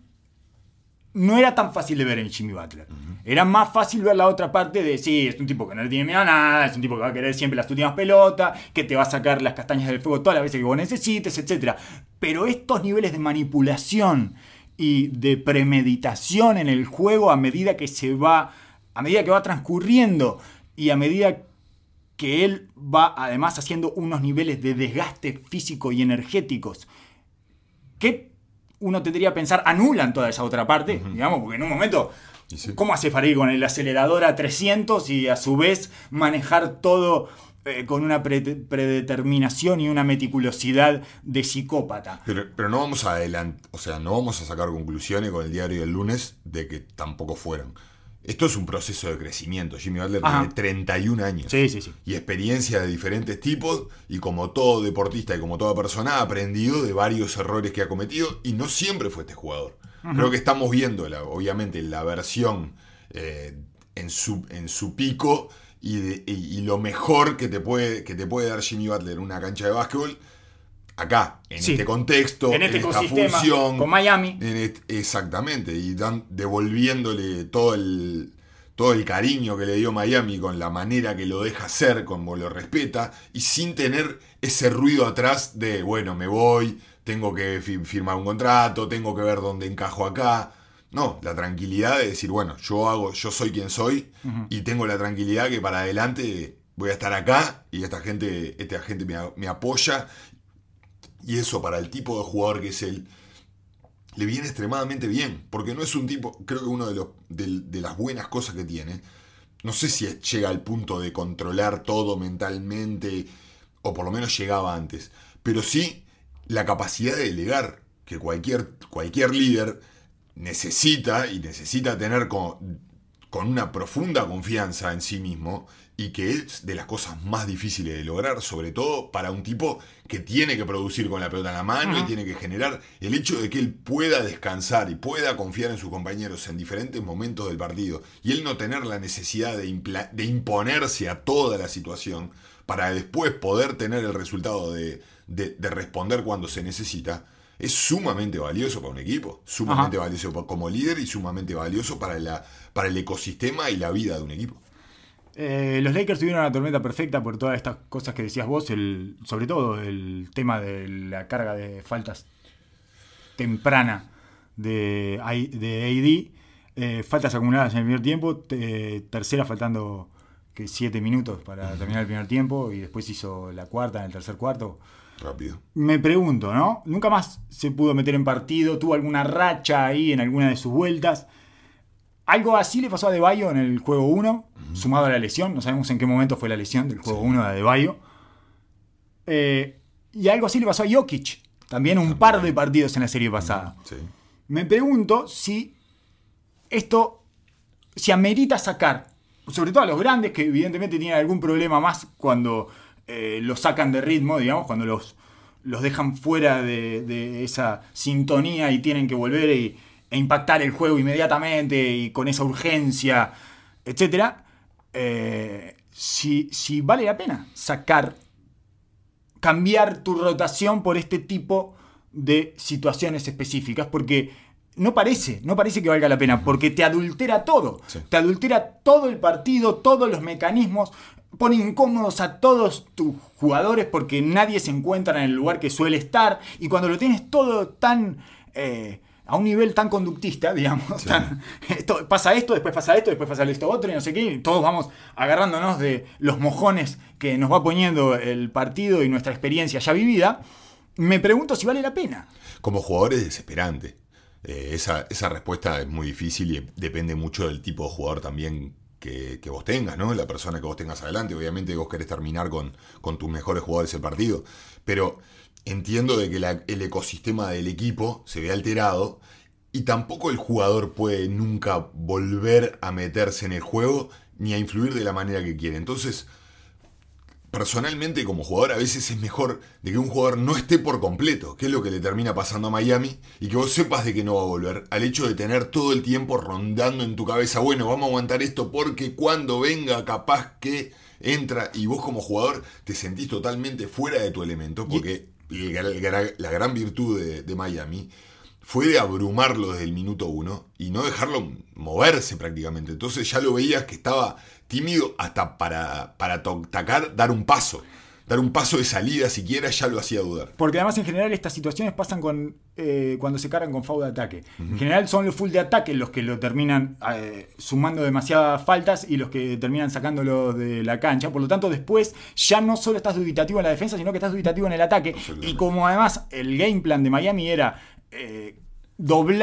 no era tan fácil de ver en Jimmy Butler. Uh-huh. Era más fácil ver la otra parte de, sí, es un tipo que no le tiene miedo a nada, es un tipo que va a querer siempre las últimas pelotas, que te va a sacar las castañas del fuego todas las veces que vos necesites, etcétera. Pero estos niveles de manipulación y de premeditación en el juego a medida que se va... a medida que va transcurriendo y a medida que él va además haciendo unos niveles de desgaste físico y energéticos que uno tendría que pensar anulan toda esa otra parte, uh-huh. digamos, porque en un momento sí. ¿Cómo haces para ir con el acelerador a trescientos y a su vez manejar todo eh, con una pre- predeterminación y una meticulosidad de psicópata? Pero, pero no vamos a adelantar, o sea, no vamos a sacar conclusiones con el diario del lunes de que tampoco fueron. Esto es un proceso de crecimiento. Jimmy Butler Ajá. tiene treinta y un años. Sí, sí, sí. Y experiencia de diferentes tipos. Y como todo deportista y como toda persona, ha aprendido de varios errores que ha cometido. Y no siempre fue este jugador. Uh-huh. Creo que estamos viendo, la, obviamente, la versión eh, en, su, en su pico. Y, de, y, y lo mejor que te, puede, que te puede dar Jimmy Butler en una cancha de básquetbol. Acá, en sí. este contexto, en, este en esta función. Con Miami. En este, exactamente, y dan, devolviéndole todo el, todo el cariño que le dio Miami con la manera que lo deja hacer, como lo respeta, y sin tener ese ruido atrás de, bueno, me voy, tengo que firmar un contrato, tengo que ver dónde encajo acá. No, la tranquilidad de decir, bueno, yo hago, yo soy quien soy, uh-huh. y tengo la tranquilidad que para adelante voy a estar acá, y esta gente, esta gente me, me apoya. Y eso para el tipo de jugador que es él, le viene extremadamente bien. Porque no es un tipo, creo que uno de, los, de, de las buenas cosas que tiene, no sé si llega al punto de controlar todo mentalmente, o por lo menos llegaba antes, pero sí la capacidad de delegar, que cualquier, cualquier líder necesita, y necesita tener con, con una profunda confianza en sí mismo, y que es de las cosas más difíciles de lograr, sobre todo para un tipo que tiene que producir con la pelota en la mano uh-huh. y tiene que generar el hecho de que él pueda descansar y pueda confiar en sus compañeros en diferentes momentos del partido y él no tener la necesidad de, impla- de imponerse a toda la situación para después poder tener el resultado de, de, de responder cuando se necesita, es sumamente valioso para un equipo, sumamente uh-huh. valioso como líder y sumamente valioso para, la, para el ecosistema y la vida de un equipo. Eh, los Lakers tuvieron una tormenta perfecta por todas estas cosas que decías vos, el, sobre todo el tema de la carga de faltas temprana de, de A D, eh, faltas acumuladas en el primer tiempo, te, tercera faltando que siete minutos para terminar el primer tiempo y después hizo la cuarta en el tercer cuarto. Rápido. Me pregunto, ¿no? Nunca más se pudo meter en partido, tuvo alguna racha ahí en alguna de sus vueltas. Algo así le pasó a Adebayo en el juego uno, uh-huh. sumado a la lesión. No sabemos en qué momento fue la lesión del juego uno sí. de Adebayo. Eh, y algo así le pasó a Jokic. También un también. par de partidos en la serie pasada. Uh-huh. Sí. Me pregunto si esto, si amerita sacar, sobre todo a los grandes, que evidentemente tienen algún problema más cuando eh, los sacan de ritmo, digamos, cuando los, los dejan fuera de, de esa sintonía y tienen que volver y... e impactar el juego inmediatamente y con esa urgencia, etcétera, eh, si, si vale la pena sacar, cambiar tu rotación por este tipo de situaciones específicas, porque no parece, no parece que valga la pena, porque te adultera todo, sí. te adultera todo el partido, todos los mecanismos, pone incómodos a todos tus jugadores porque nadie se encuentra en el lugar que suele estar, y cuando lo tienes todo tan... Eh, a un nivel tan conductista, digamos, sí. tan, esto, pasa esto, después pasa esto, después pasa esto otro, y no sé qué, y todos vamos agarrándonos de los mojones que nos va poniendo el partido y nuestra experiencia ya vivida, me pregunto si vale la pena. Como jugador es desesperante. Eh, esa, esa respuesta es muy difícil y depende mucho del tipo de jugador también que, que vos tengas, ¿no? La persona que vos tengas adelante. Obviamente vos querés terminar con, con tus mejores jugadores del partido, pero... entiendo de que la, el ecosistema del equipo se ve alterado y tampoco el jugador puede nunca volver a meterse en el juego ni a influir de la manera que quiere. Entonces, personalmente como jugador a veces es mejor de que un jugador no esté por completo, que es lo que le termina pasando a Miami, y que vos sepas de que no va a volver, al hecho de tener todo el tiempo rondando en tu cabeza, bueno, vamos a aguantar esto porque cuando venga capaz que entra, y vos como jugador te sentís totalmente fuera de tu elemento, porque... Y la gran virtud de, de Miami fue de abrumarlo desde el minuto uno y no dejarlo moverse prácticamente. Entonces ya lo veías que estaba tímido hasta para, para atacar, dar un paso. Dar un paso de salida siquiera ya lo hacía dudar. Porque además en general estas situaciones pasan con eh, cuando se cargan con foul de ataque. Uh-huh. En general son los full de ataque los que lo terminan eh, sumando demasiadas faltas y los que terminan sacándolo de la cancha. Por lo tanto después ya no solo estás dubitativo en la defensa, sino que estás dubitativo en el ataque. Y como además el game plan de Miami era eh, doblar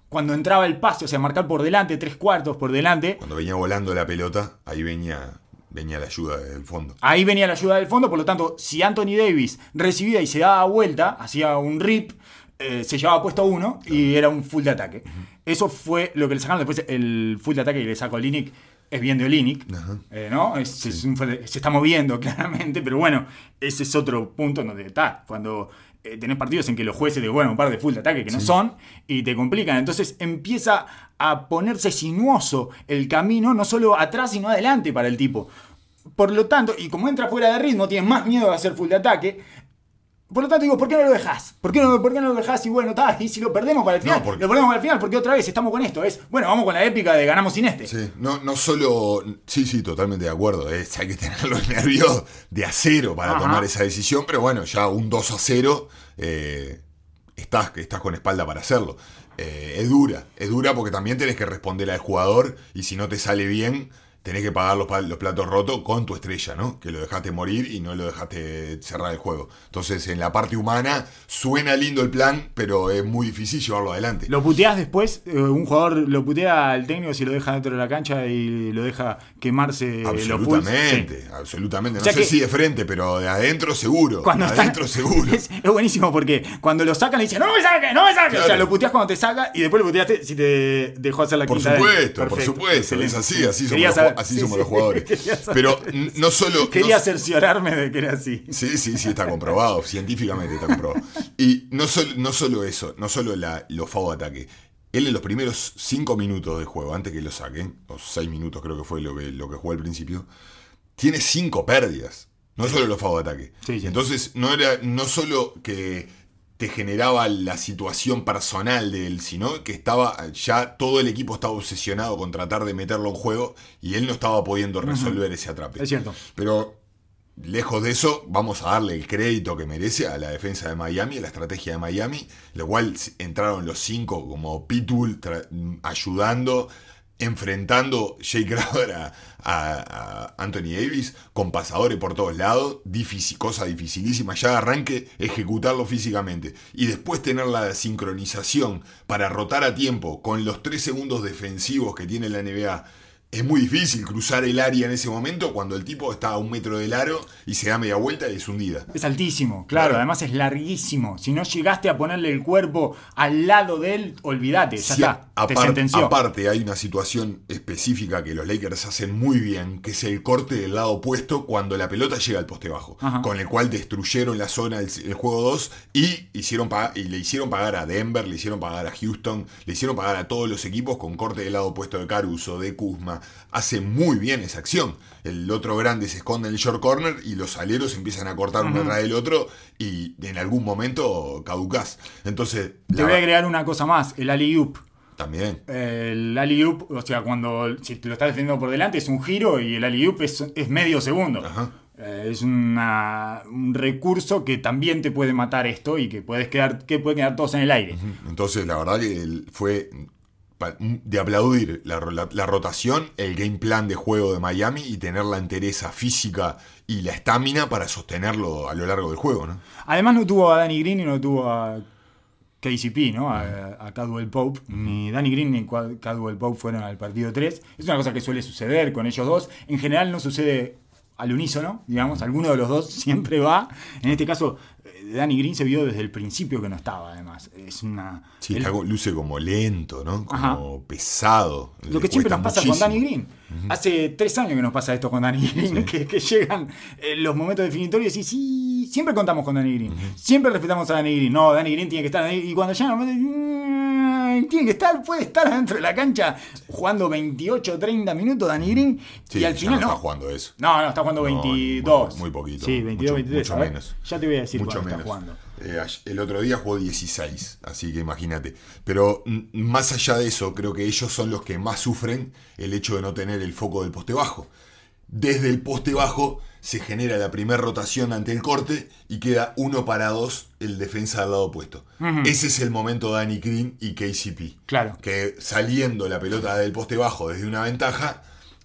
cuando entraba el pase, o sea, marcar por delante, tres cuartos por delante. Cuando venía volando la pelota, ahí venía, venía la ayuda del fondo. Ahí venía la ayuda del fondo, por lo tanto, si Anthony Davis recibía y se daba vuelta, hacía un rip, eh, se llevaba puesto uno y era un full de ataque. Uh-huh. Eso fue lo que le sacaron. Después el full de ataque que le sacó Olynyk es bien de Olynyk, uh-huh. eh, ¿no? Es, sí. es un, se está moviendo claramente, pero bueno, ese es otro punto en donde está. Cuando eh, tenés partidos en que los jueces te bueno un par de full de ataque que sí. no son y te complican. Entonces empieza a ponerse sinuoso el camino, no solo atrás sino adelante para el tipo. Por lo tanto, y como entra fuera de ritmo, tienes más miedo de hacer full de ataque. Por lo tanto digo, ¿por qué no lo dejás? ¿Por qué no, por qué no lo dejás? Y bueno, está, y si lo perdemos para el final, no, porque... lo perdemos para el final porque otra vez estamos con esto. Es, bueno, vamos con la épica de ganamos sin este. Sí, no, no solo, sí, sí, totalmente de acuerdo. Es, hay que tener los nervios de acero para Ajá. tomar esa decisión, pero bueno, ya un dos a cero, eh, estás, estás con espalda para hacerlo. Eh, es dura, es dura porque también tenés que responder al jugador y si no te sale bien, tenés que pagar los, los platos rotos con tu estrella, ¿no? Que lo dejaste morir y no lo dejaste cerrar el juego. Entonces, en la parte humana, suena lindo el plan, pero es muy difícil llevarlo adelante. ¿Lo puteás después? Un jugador lo putea al técnico si lo deja dentro de la cancha y lo deja quemarse absolutamente, los pulsos. Sí. Absolutamente. No o sea sé que, si de frente, pero de adentro seguro. Cuando de está, adentro seguro. Es, es buenísimo porque cuando lo sacan le dicen, ¡no me saques, no me saques! Claro. O sea, lo puteás cuando te saca y después lo puteaste si te dejó hacer la por quinta. Supuesto, por supuesto, por supuesto. Es así, así somos, los, así sí, somos sí. los jugadores. Pero no solo... Quería no, cerciorarme de que era así. Sí, sí, sí, está comprobado. Científicamente está comprobado. Y no solo, no solo eso, no solo la, los fouls de ataque. Él en los primeros cinco minutos de juego, antes que lo saquen, o seis minutos creo que fue lo que, lo que jugó al principio, tiene cinco pérdidas. No solo los fouls de ataque. Sí, sí. Entonces, no era no solo que te generaba la situación personal de él, sino que estaba ya todo el equipo estaba obsesionado con tratar de meterlo en juego y él no estaba pudiendo resolver uh-huh. ese atrape. Es cierto. Pero lejos de eso, vamos a darle el crédito que merece a la defensa de Miami, a la estrategia de Miami, lo cual entraron los cinco como pitbull tra- ayudando, enfrentando Jay Crowder a, a, a Anthony Davis con pasadores por todos lados, difícil, cosa dificilísima ya de arranque ejecutarlo físicamente y después tener la sincronización para rotar a tiempo con los tres segundos defensivos que tiene la N B A. Es muy difícil cruzar el área en ese momento cuando el tipo está a un metro del aro y se da media vuelta y es hundida. Es altísimo, claro, claro. Además es larguísimo. Si no llegaste a ponerle el cuerpo al lado de él, olvídate, ya sí, está, apart- te sentenció. Aparte hay una situación específica que los Lakers hacen muy bien, que es el corte del lado opuesto cuando la pelota llega al poste bajo, Ajá. con el cual destruyeron la zona del el juego dos y, hicieron pag- y le hicieron pagar a Denver, le hicieron pagar a Houston, le hicieron pagar a todos los equipos con corte del lado opuesto de Caruso, de Kuzma. Hace muy bien esa acción. El otro grande se esconde en el short corner y los aleros empiezan a cortar uh-huh. uno atrás del otro y en algún momento caducás. Entonces, te voy a agregar una cosa más, el alley-oop. También. El alley-oop, o sea, cuando si te lo estás defendiendo por delante es un giro y el alley-oop es, es medio segundo. Ajá. Eh, es una, un recurso que también te puede matar esto y que puedes quedar, que puede quedar todos en el aire. Uh-huh. Entonces, la verdad que fue de aplaudir la, la, la rotación, el game plan de juego de Miami y tener la entereza física y la estamina para sostenerlo a lo largo del juego, ¿no? Además no tuvo a Danny Green y no tuvo a K C P, ¿no? A, a Caldwell Pope. Ni Danny Green ni Caldwell Pope fueron al partido tres. Es una cosa que suele suceder con ellos dos. En general no sucede al unísono, digamos. Alguno de los dos siempre va. En este caso, Danny Green se vio desde el principio que no estaba, además. Es una... Sí, el... luce como lento, ¿no? Como Ajá. pesado. Lo que siempre nos pasa muchísimo. Con Danny Green. Uh-huh. Hace tres años que nos pasa esto con Danny Green, sí. que, que llegan eh, los momentos definitorios y sí, siempre contamos con Danny Green. Uh-huh. Siempre respetamos a Danny Green. No, Danny Green tiene que estar ahí. Y cuando llegan los momentos, tiene que estar, puede estar adentro de la cancha jugando veintiocho, treinta minutos Danny Green. Sí, y al final no. no está jugando eso. No, no, está jugando veintidós. Muy, muy poquito. Sí, veintidós, mucho, veintitrés. Mucho menos. Ya te voy a decir mucho cuándo menos. está jugando. Eh, el otro día jugó dieciséis, así que imagínate. Pero m- más allá de eso, creo que ellos son los que más sufren el hecho de no tener el foco del poste bajo. Desde el poste bajo se genera la primera rotación ante el corte y queda uno para dos el defensa del lado opuesto. Uh-huh. Ese es el momento de Danny Green y K C P. Claro. Que saliendo la pelota del poste bajo desde una ventaja,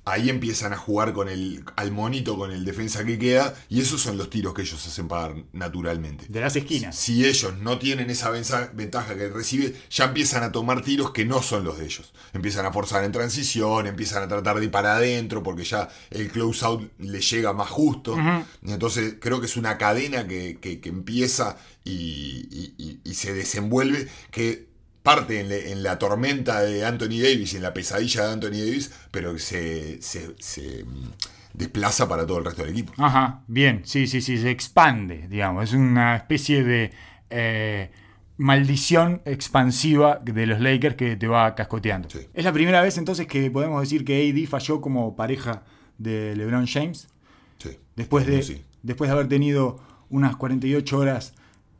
ahí empiezan a jugar con el al monito, con el defensa que queda, y esos son los tiros que ellos hacen pagar naturalmente. De las esquinas. Si, si ellos no tienen esa ventaja que recibe, ya empiezan a tomar tiros que no son los de ellos. Empiezan a forzar en transición, empiezan a tratar de ir para adentro, porque ya el close out le llega más justo. Uh-huh. Entonces creo que es una cadena que, que, que empieza y, y, y, y se desenvuelve, que parte en, le, en la tormenta de Anthony Davis y en la pesadilla de Anthony Davis, pero que se, se, se desplaza para todo el resto del equipo. Ajá, bien, sí, sí, sí, se expande, digamos, es una especie de eh, maldición expansiva de los Lakers que te va cascoteando. Sí. Es la primera vez entonces que podemos decir que A D falló como pareja de LeBron James. Sí. Después de, sí. después de haber tenido unas cuarenta y ocho horas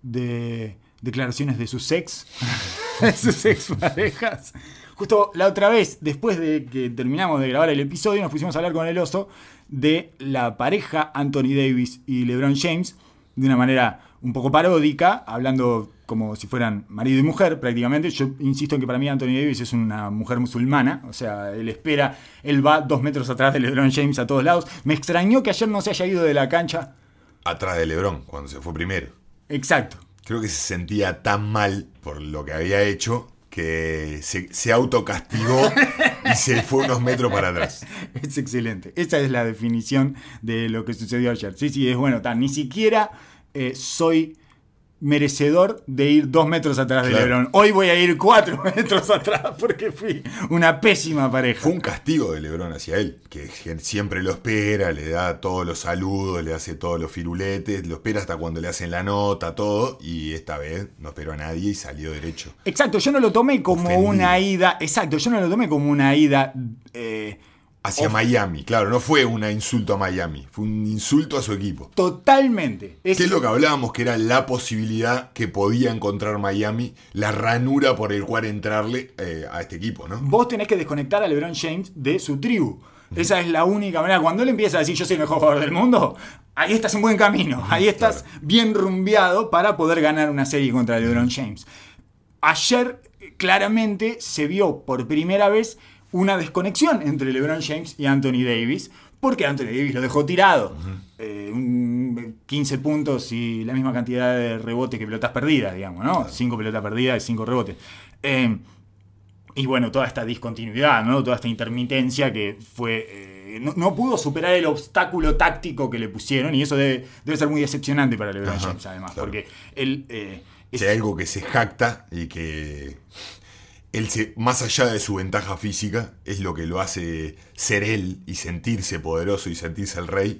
de declaraciones de sus ex, de sus ex parejas. Justo la otra vez, después de que terminamos de grabar el episodio, nos pusimos a hablar con el oso de la pareja Anthony Davis y LeBron James, de una manera un poco paródica, hablando como si fueran marido y mujer prácticamente. Yo insisto en que para mí Anthony Davis es una mujer musulmana, o sea, él espera, él va dos metros atrás de LeBron James a todos lados. Me extrañó que ayer no se haya ido de la cancha. Atrás de LeBron, cuando se fue primero. Exacto. Creo que se sentía tan mal por lo que había hecho que se, se autocastigó y se fue unos metros para atrás. Es excelente. Esa es la definición de lo que sucedió ayer. Sí, sí, es bueno. Tan, ni siquiera eh, soy merecedor de ir dos metros atrás claro. de LeBron. Hoy voy a ir cuatro metros atrás porque fui una pésima pareja. Fue un castigo de LeBron hacia él, que siempre lo espera, le da todos los saludos, le hace todos los firuletes, lo espera hasta cuando le hacen la nota, todo, y esta vez no esperó a nadie y salió derecho. Exacto, yo no lo tomé como ofendido. una ida, exacto, yo no lo tomé como una ida... Eh, Hacia of... Miami, claro, no fue un insulto a Miami, fue un insulto a su equipo. Totalmente. Es... ¿Qué es lo que hablábamos? Que era la posibilidad que podía encontrar Miami, la ranura por el cual entrarle eh, a este equipo, ¿no? Vos tenés que desconectar a LeBron James de su tribu. Uh-huh. Esa es la única manera. Cuando él empieza a decir yo soy el mejor jugador del mundo, ahí estás en buen camino, uh-huh, ahí estás claro. bien rumbeado para poder ganar una serie contra LeBron James. Ayer claramente se vio por primera vez una desconexión entre LeBron James y Anthony Davis, porque Anthony Davis lo dejó tirado. Uh-huh. Eh, un, quince puntos y la misma cantidad de rebotes que pelotas perdidas, digamos, ¿no? cinco pelotas perdidas y cinco rebotes. Eh, y bueno, toda esta discontinuidad, ¿no? Toda esta intermitencia que fue... Eh, no, no pudo superar el obstáculo táctico que le pusieron, y eso debe, debe ser muy decepcionante para LeBron uh-huh, James, además, claro. porque él... Eh, es si hay algo que se jacta y que... Él se, más allá de su ventaja física, es lo que lo hace ser él y sentirse poderoso y sentirse el rey,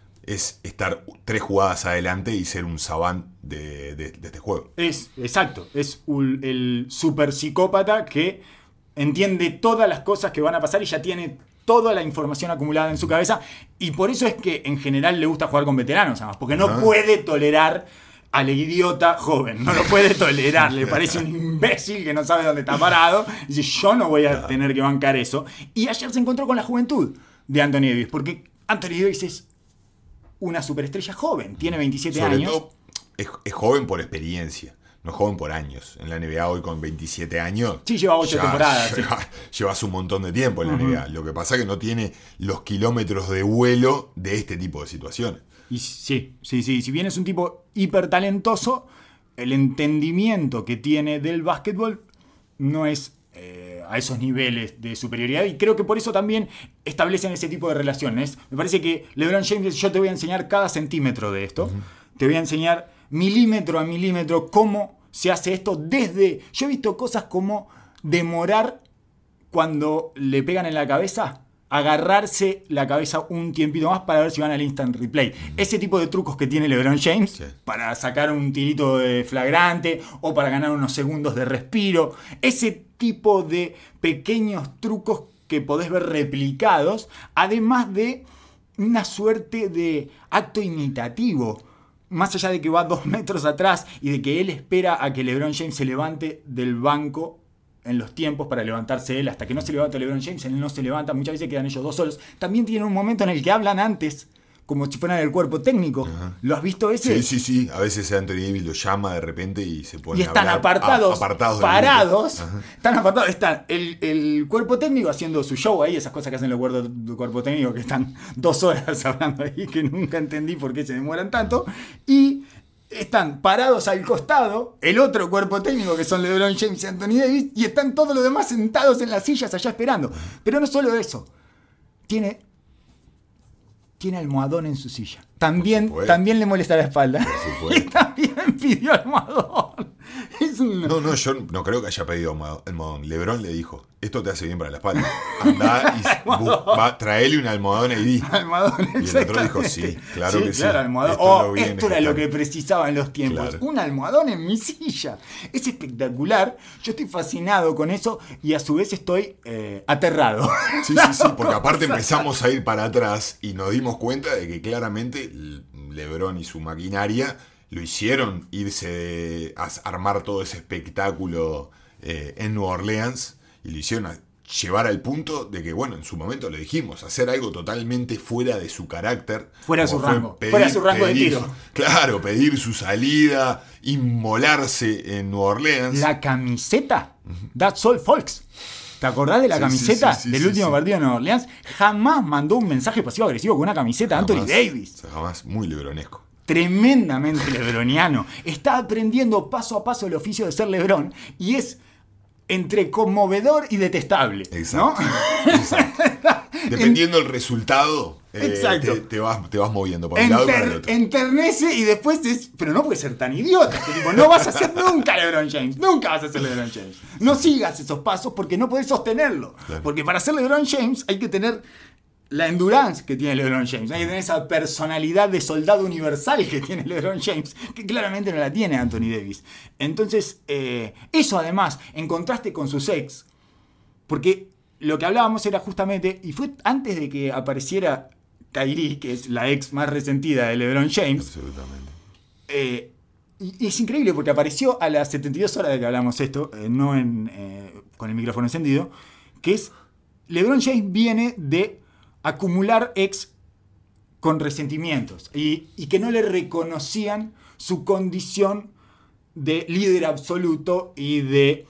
es estar tres jugadas adelante y ser un savant de, de, de este juego. Es, exacto, es un, el super psicópata que entiende todas las cosas que van a pasar y ya tiene toda la información acumulada en su cabeza, y por eso es que en general le gusta jugar con veteranos, además, porque no uh-huh. puede tolerar al idiota joven, no lo puede tolerar, le parece un imbécil que no sabe dónde está parado, y dice yo no voy a tener que bancar eso. Y ayer se encontró con la juventud de Anthony Davis, porque Anthony Davis es una superestrella joven, tiene veintisiete Sobre años. Todo, es, es joven por experiencia, no es joven por años. En la N B A hoy con veintisiete años... Sí, lleva ocho temporadas. Lleva, sí. Llevas un montón de tiempo en la uh-huh. N B A. Lo que pasa es que no tiene los kilómetros de vuelo de este tipo de situaciones. Y sí, sí, sí, si bien es un tipo hiper talentoso, el entendimiento que tiene del básquetbol no es eh, a esos niveles de superioridad, y creo que por eso también establecen ese tipo de relaciones. Me parece que LeBron James, yo te voy a enseñar cada centímetro de esto, uh-huh. te voy a enseñar milímetro a milímetro cómo se hace esto desde... Yo he visto cosas como demorar cuando le pegan en la cabeza, agarrarse la cabeza un tiempito más para ver si van al instant replay. Ese tipo de trucos que tiene LeBron James sí. para sacar un tirito de flagrante o para ganar unos segundos de respiro. Ese tipo de pequeños trucos que podés ver replicados, además de una suerte de acto imitativo. Más allá de que va dos metros atrás y de que él espera a que LeBron James se levante del banco en los tiempos para levantarse él, hasta que no se levanta LeBron James, él no se levanta, muchas veces quedan ellos dos solos. También tiene un momento en el que hablan antes como si fueran el cuerpo técnico. Ajá. ¿Lo has visto ese? Sí, sí, sí. A veces Anthony Davis lo llama de repente y se pone Y están a hablar, apartados, a- apartados del parados, grupo. Ajá. están apartados, están el, el cuerpo técnico haciendo su show ahí, esas cosas que hacen los cuerpos cuerpo técnicos que están dos horas hablando ahí, que nunca entendí por qué se demoran tanto, y están parados al costado el otro cuerpo técnico que son LeBron James y Anthony Davis, y están todos los demás sentados en las sillas allá esperando. Pero no solo eso, tiene, tiene almohadón en su silla. También, supuesto. también le molesta la espalda. Por Y supuesto. también pidió almohadón. Es un... No, no, yo no creo que haya pedido almohadón. almohadón. LeBron le dijo, esto te hace bien para la espalda. Andá y bu- va, traele un almohadón A D. Almohadón, Y el otro dijo, exactamente. sí, claro que sí. Claro, almohadón. Esto Oh, lo viene esto era lo que gestando. precisaba en los tiempos. Claro. Un almohadón en mi silla. Es espectacular. Yo estoy fascinado con eso y a su vez estoy eh, aterrado. Sí, sí, sí, porque aparte empezamos a ir para atrás y nos dimos cuenta de que claramente LeBron y su maquinaria lo hicieron irse a armar todo ese espectáculo eh, en Nueva Orleans y lo hicieron a llevar al punto de que, bueno, en su momento lo dijimos, hacer algo totalmente fuera de su carácter. Fuera de como su fue rango, fuera de su rango de tiro. Claro, pedir su salida, inmolarse en Nueva Orleans. La camiseta, That's All Folks. ¿Te acordás de la Sí, camiseta sí, sí, sí, del sí, último sí. partido de Nueva Orleans? Jamás mandó un mensaje pasivo-agresivo con una camiseta de Anthony Jamás, Davis. o sea, jamás, muy lebronesco. Tremendamente lebroniano. Está aprendiendo paso a paso el oficio de ser Lebrón y es entre conmovedor y detestable. Exacto. ¿No? Exacto. Dependiendo del resultado, eh, Exacto. te, te vas, te vas moviendo para un lado y para el Enter- otro. enternece y después es. Pero no puede ser tan idiota. Que tipo, no vas a ser nunca LeBron James. Nunca vas a ser LeBron James. No sigas esos pasos porque no podés sostenerlo. Claro. Porque para ser LeBron James hay que tener la endurance que tiene LeBron James. Hay que tener esa personalidad de soldado universal que tiene LeBron James, que claramente no la tiene Anthony Davis. Entonces, eh, eso además, en contraste con sus ex, porque lo que hablábamos era justamente, y fue antes de que apareciera Kyrie, que es la ex más resentida de LeBron James. Absolutamente. Eh, y, y es increíble porque apareció a las setenta y dos horas de que hablamos esto, eh, no en, eh, con el micrófono encendido, que es LeBron James viene de acumular ex con resentimientos y, y que no le reconocían su condición de líder absoluto y de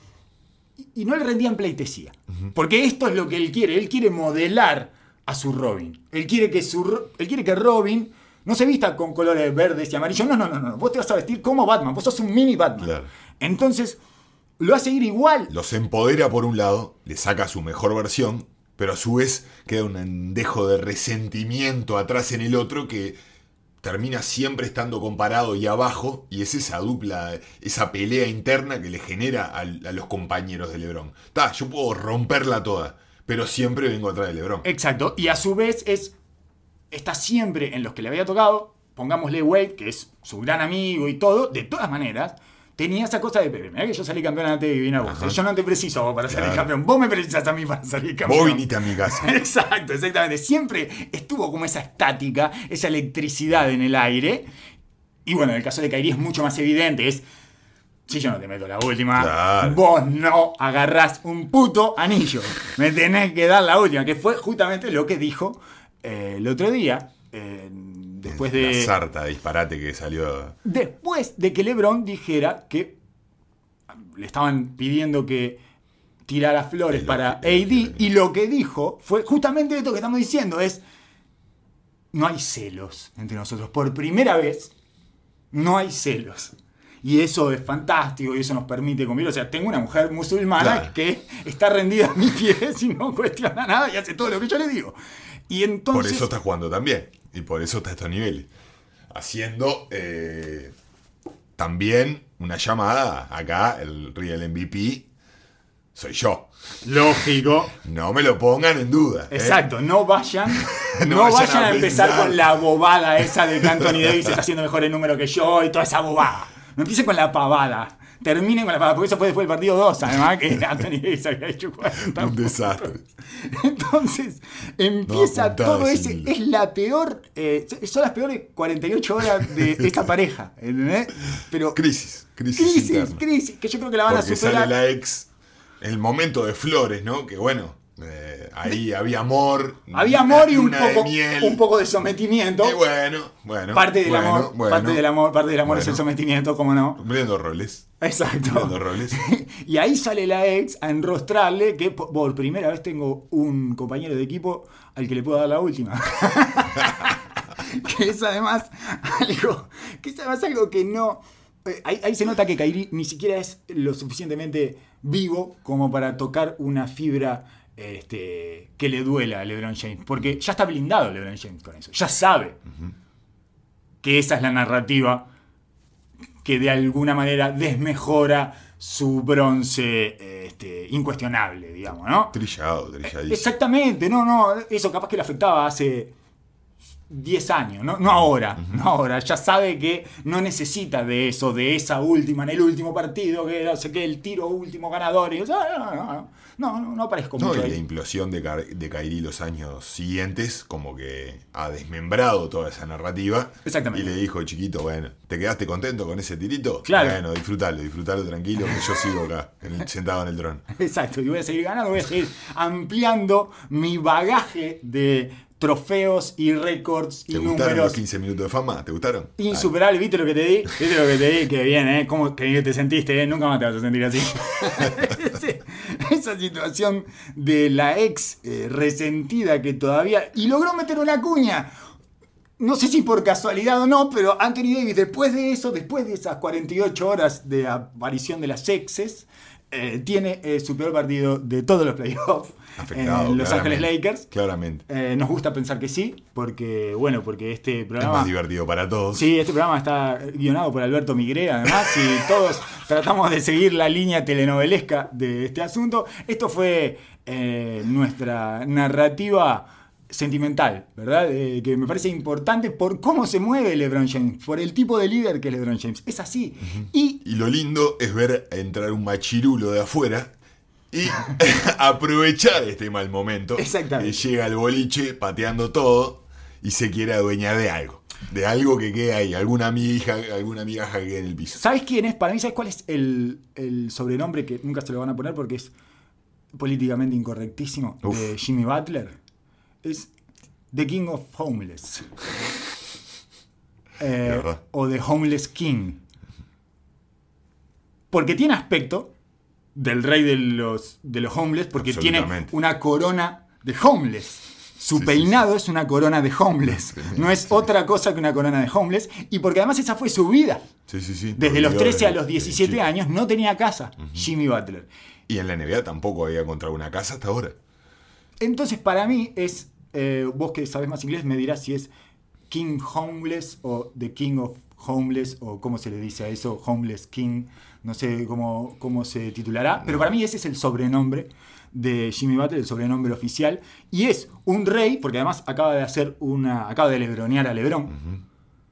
y no le rendían pleitesía. Uh-huh. Porque esto es lo que él quiere. Él quiere modelar a su Robin. Él quiere que su él quiere que Robin no se vista con colores verdes y amarillos. No, no, no, no. Vos te vas a vestir como Batman. Vos sos un mini Batman. Claro. Entonces, lo hace ir igual. Los empodera por un lado, le saca su mejor versión, pero a su vez queda un endejo de resentimiento atrás en el otro que termina siempre estando comparado y abajo, y es esa dupla, esa pelea interna que le genera a, a los compañeros de LeBron. Ta, yo puedo romperla toda, pero siempre vengo atrás de LeBron. Exacto, y a su vez es está siempre en los que le había tocado, pongámosle Wade, que es su gran amigo y todo, de todas maneras, tenía esa cosa de, mirá que yo salí campeón antes de vine a vos. Ajá. Yo no te preciso a vos para salir claro. campeón. Vos me precisas a mí para salir campeón. Vos viniste a mi casa. Exacto, exactamente. Siempre estuvo como esa estática, esa electricidad en el aire. Y bueno, en el caso de Kyrie es mucho más evidente. Es, si yo no te meto la última, claro. vos no agarrás un puto anillo. Me tenés que dar la última. Que fue justamente lo que dijo eh, el otro día. Eh, Después de. La sarta de disparate que salió. Después de que LeBron dijera que le estaban pidiendo que tirara flores para A D, y lo que dijo fue justamente esto que estamos diciendo: es. No hay celos entre nosotros. Por primera vez, no hay celos. Y eso es fantástico y eso nos permite convivir. O sea, tengo una mujer musulmana claro. que está rendida a mis pies y no cuestiona nada y hace todo lo que yo le digo. Y entonces. Por eso está jugando también. Y por eso está a estos niveles. Haciendo eh, también una llamada acá, el Real M V P soy yo. Lógico. No me lo pongan en duda. Exacto, ¿eh? no vayan, no, no vayan, vayan a, a empezar con la bobada esa de que Anthony Davis está haciendo mejores números que yo y toda esa bobada. No empiecen con la pavada. Terminen con la pavada, porque eso fue después del partido dos, además, que Anthony Davis había hecho cuarenta. Un desastre. Entonces, empieza no, todo ese. El... Es la peor. Eh, son las peores cuarenta y ocho horas de esta pareja. ¿Entendés? Pero. Crisis. Crisis. Crisis, interna. crisis. Que yo creo que la van porque a superar. Sale la ex. El momento de Flores, ¿no? Que bueno. Eh, ahí había amor. Había amor y un luna de poco, miel. un poco de sometimiento. Y bueno, bueno. Parte del bueno, amor, bueno, parte del amor, parte del amor bueno. es el sometimiento, ¿cómo no? Cumpliendo roles. Exacto. Cumpliendo roles. Y ahí sale la ex a enrostrarle que por, por primera vez tengo un compañero de equipo al que le puedo dar la última. Que es además algo, que es además algo que no. eh, Ahí, ahí se nota que Kyrie ni siquiera es lo suficientemente vivo como para tocar una fibra este, que le duela a LeBron James. Porque ya está blindado LeBron James con eso. Ya sabe uh-huh. que esa es la narrativa que de alguna manera desmejora su bronce este, incuestionable, digamos, ¿no? Trillado, trilladísimo. Exactamente, no, no, eso capaz que le afectaba hace diez años, no, no ahora, uh-huh. no ahora, ya sabe que no necesita de eso, de esa última, en el último partido, que no sé qué, el tiro último ganador, y, no, no, no, no, no, no aparezco no, mucho y ahí. la implosión de, Car- de Kyrie los años siguientes, como que ha desmembrado toda esa narrativa. Exactamente. Y le dijo, chiquito, bueno, ¿te quedaste contento con ese tirito? Claro. Bueno, disfrutalo, disfrutalo tranquilo, que yo sigo acá, en el, sentado en el trono. Exacto, y voy a seguir ganando, voy a seguir ampliando mi bagaje de trofeos y récords y ¿Te números. gustaron los quince minutos de fama? ¿Te gustaron? Insuperable, ¿viste lo que te di? ¿Viste lo que te di? Qué bien, ¿eh? ¿Cómo que te sentiste? ¿Eh? Nunca más te vas a sentir así. Esa situación de la ex eh, resentida que todavía... Y logró meter una cuña. No sé si por casualidad o no, pero Anthony Davis, después de eso, después de esas cuarenta y ocho horas de aparición de las exes, eh, tiene eh, su peor partido de todos los playoffs. Afectado, en Los Ángeles Lakers. Claramente. Eh, nos gusta pensar que sí, porque bueno, porque este programa... Es más divertido para todos. Sí, este programa está guionado por Alberto Migré, además, y todos tratamos de seguir la línea telenovelesca de este asunto. Esto fue eh, nuestra narrativa sentimental, ¿verdad? Eh, que me parece importante por cómo se mueve LeBron James, por el tipo de líder que es LeBron James. Es así. Uh-huh. Y, y lo lindo es ver entrar un machirulo de afuera y aprovechar este mal momento. Exactamente. Que llega al boliche pateando todo y se quiere adueñar de algo. De algo que quede ahí, alguna migaja, alguna migaja que quede en el piso. ¿Sabes quién es? Para mí, ¿sabes cuál es el, el sobrenombre que nunca se lo van a poner porque es políticamente incorrectísimo? Uf. De Jimmy Butler. Es The King of Homeless. eh, o The Homeless King. Porque tiene aspecto del rey de los, de los homeless, porque tiene una corona de homeless. Su sí, peinado sí, sí. es una corona de homeless. No es sí. otra cosa que una corona de homeless. Y porque además esa fue su vida. Sí, sí, sí. Desde los trece a los diecisiete sí. años no tenía casa. Uh-huh. Jimmy Butler. Y en la N B A tampoco había encontrado una casa hasta ahora. Entonces para mí es... Eh, vos que sabés más inglés me dirás si es King Homeless o The King of Homeless o cómo se le dice a eso, Homeless King. No sé cómo, cómo se titulará. Pero para mí ese es el sobrenombre de Jimmy Butler, el sobrenombre oficial, y es un rey, porque además acaba de hacer una, acaba de lebronear a LeBron. Uh-huh.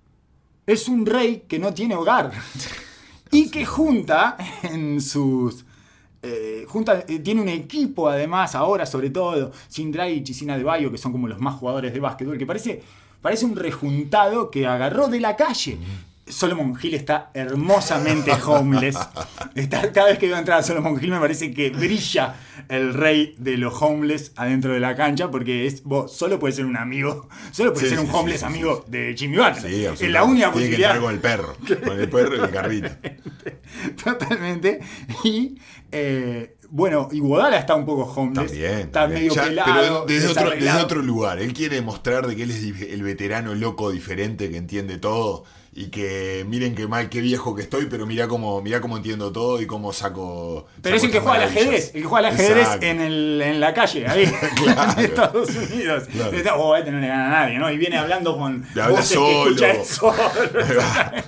Es un rey que no tiene hogar y que junta en sus eh, junta, eh, tiene un equipo además ahora, sobre todo sin Dragic y sin Adebayo, que son como los más jugadores de básquetbol, que parece, parece un rejuntado que agarró de la calle. Uh-huh. Solomon Hill está hermosamente homeless. Está, cada vez que veo entrar a Solomon Hill me parece que brilla el rey de los homeless adentro de la cancha, porque es, vos, solo puede ser un amigo, solo puede sí, ser un sí, homeless sí, amigo sí. de Jimmy Butler. Sí, es la única Tiene posibilidad. que entrar con el perro, con el perro y el carrito. Totalmente. Y eh, bueno, Iguodala está un poco homeless. También. Está también. medio ya, pelado. Pero desde otro, desde otro lugar. Él quiere mostrar de que él es el veterano loco diferente que entiende todo. Y que miren qué mal, qué viejo que estoy, pero mirá cómo, mirá cómo entiendo todo y cómo saco. Pero saco es el que juega al ajedrez, el que juega al ajedrez en, el, en la calle, ahí, claro. en Estados Unidos. Claro. Oh, este no le gana a nadie, ¿no? Y viene hablando con voces solo. que escucha solo.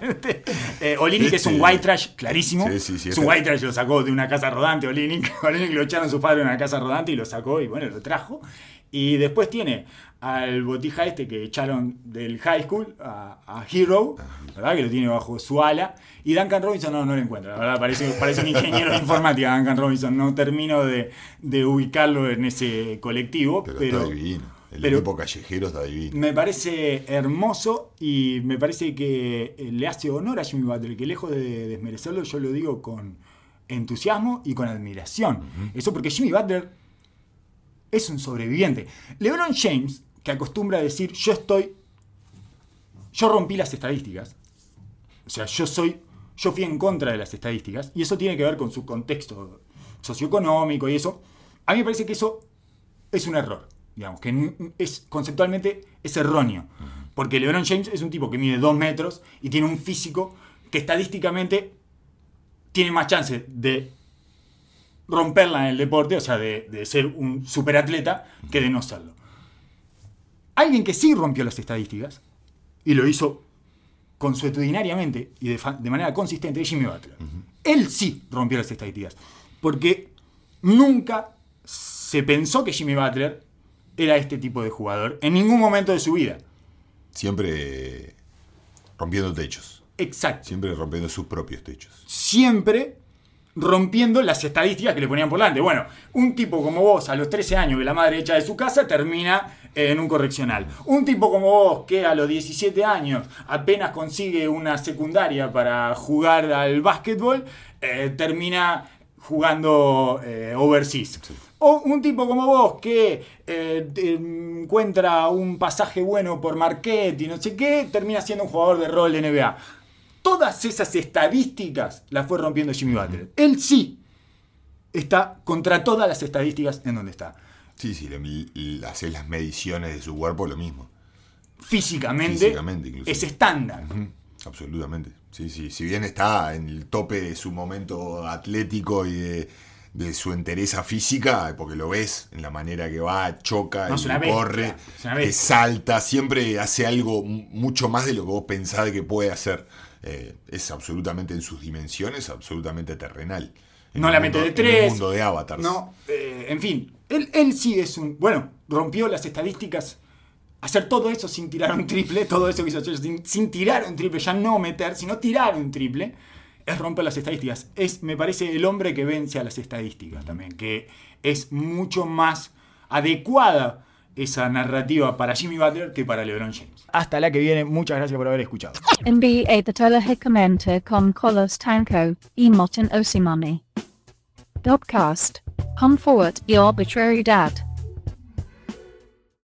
eh, Olynyk este... es un white trash clarísimo. Sí, sí, sí, es un white trash, lo sacó de una casa rodante, Olynyk. Olynyk lo echaron sus padres de una casa rodante y lo sacó y bueno, lo trajo. Y después tiene al botija este que echaron del high school, a, a Hero, ¿verdad? Que lo tiene bajo su ala. Y Duncan Robinson no, no lo encuentro, la verdad, parece, parece un ingeniero de informática Duncan Robinson. No termino de, de ubicarlo en ese colectivo. Pero, pero está divino. El pero equipo callejero está divino. Me parece hermoso y me parece que le hace honor a Jimmy Butler, que lejos de desmerecerlo, yo lo digo con entusiasmo y con admiración. Uh-huh. Eso porque Jimmy Butler es un sobreviviente. LeBron James, que acostumbra a decir, yo estoy, yo rompí las estadísticas. O sea, yo soy, yo fui en contra de las estadísticas. Y eso tiene que ver con su contexto socioeconómico y eso. A mí me parece que eso es un error. Digamos, que es conceptualmente es erróneo. Porque LeBron James es un tipo que mide dos metros y tiene un físico que estadísticamente tiene más chance de romperla en el deporte, o sea, de, de ser un superatleta, que de no serlo. Alguien que sí rompió las estadísticas, y lo hizo consuetudinariamente y de, fa- de manera consistente, es Jimmy Butler. Uh-huh. Él sí rompió las estadísticas, porque nunca se pensó que Jimmy Butler era este tipo de jugador, en ningún momento de su vida. Siempre rompiendo techos. Exacto. Siempre rompiendo sus propios techos. Siempre rompiendo las estadísticas que le ponían por delante. Bueno, un tipo como vos, a los trece años, que la madre echa de su casa, termina en un correccional. Un tipo como vos, que a los diecisiete años apenas consigue una secundaria para jugar al básquetbol, eh, termina jugando eh, overseas. Sí. O un tipo como vos que eh, encuentra un pasaje bueno por Marquette y no sé qué, termina siendo un jugador de rol de N B A. Todas esas estadísticas las fue rompiendo Jimmy Butler. Él sí está contra todas las estadísticas en donde está. Sí, sí, hacer las mediciones de su cuerpo lo mismo. Físicamente, Físicamente es estándar. Uh-huh. Absolutamente. Sí, sí. Si bien está en el tope de su momento atlético y de, de su entereza física, porque lo ves en la manera que va, choca, no, y corre, que salta, siempre hace algo mucho más de lo que vos pensás que puede hacer. Eh, es absolutamente en sus dimensiones, absolutamente terrenal. No la mete de tres. En el mundo de avatars. No, eh, en fin, él, él sí es un... Bueno, rompió las estadísticas. Hacer todo eso sin tirar un triple, todo eso que hizo sin, sin tirar un triple, ya no meter, sino tirar un triple, es romper las estadísticas. Es, me parece, el hombre que vence a las estadísticas también, que es mucho más adecuada esa narrativa para Jimmy Butler que para LeBron James. Hasta la que viene, muchas gracias por haber escuchado. N B A Totalahikomento con Carlos Tanco y Martin Osimani. Dopcast. Comfort y arbitrary dad.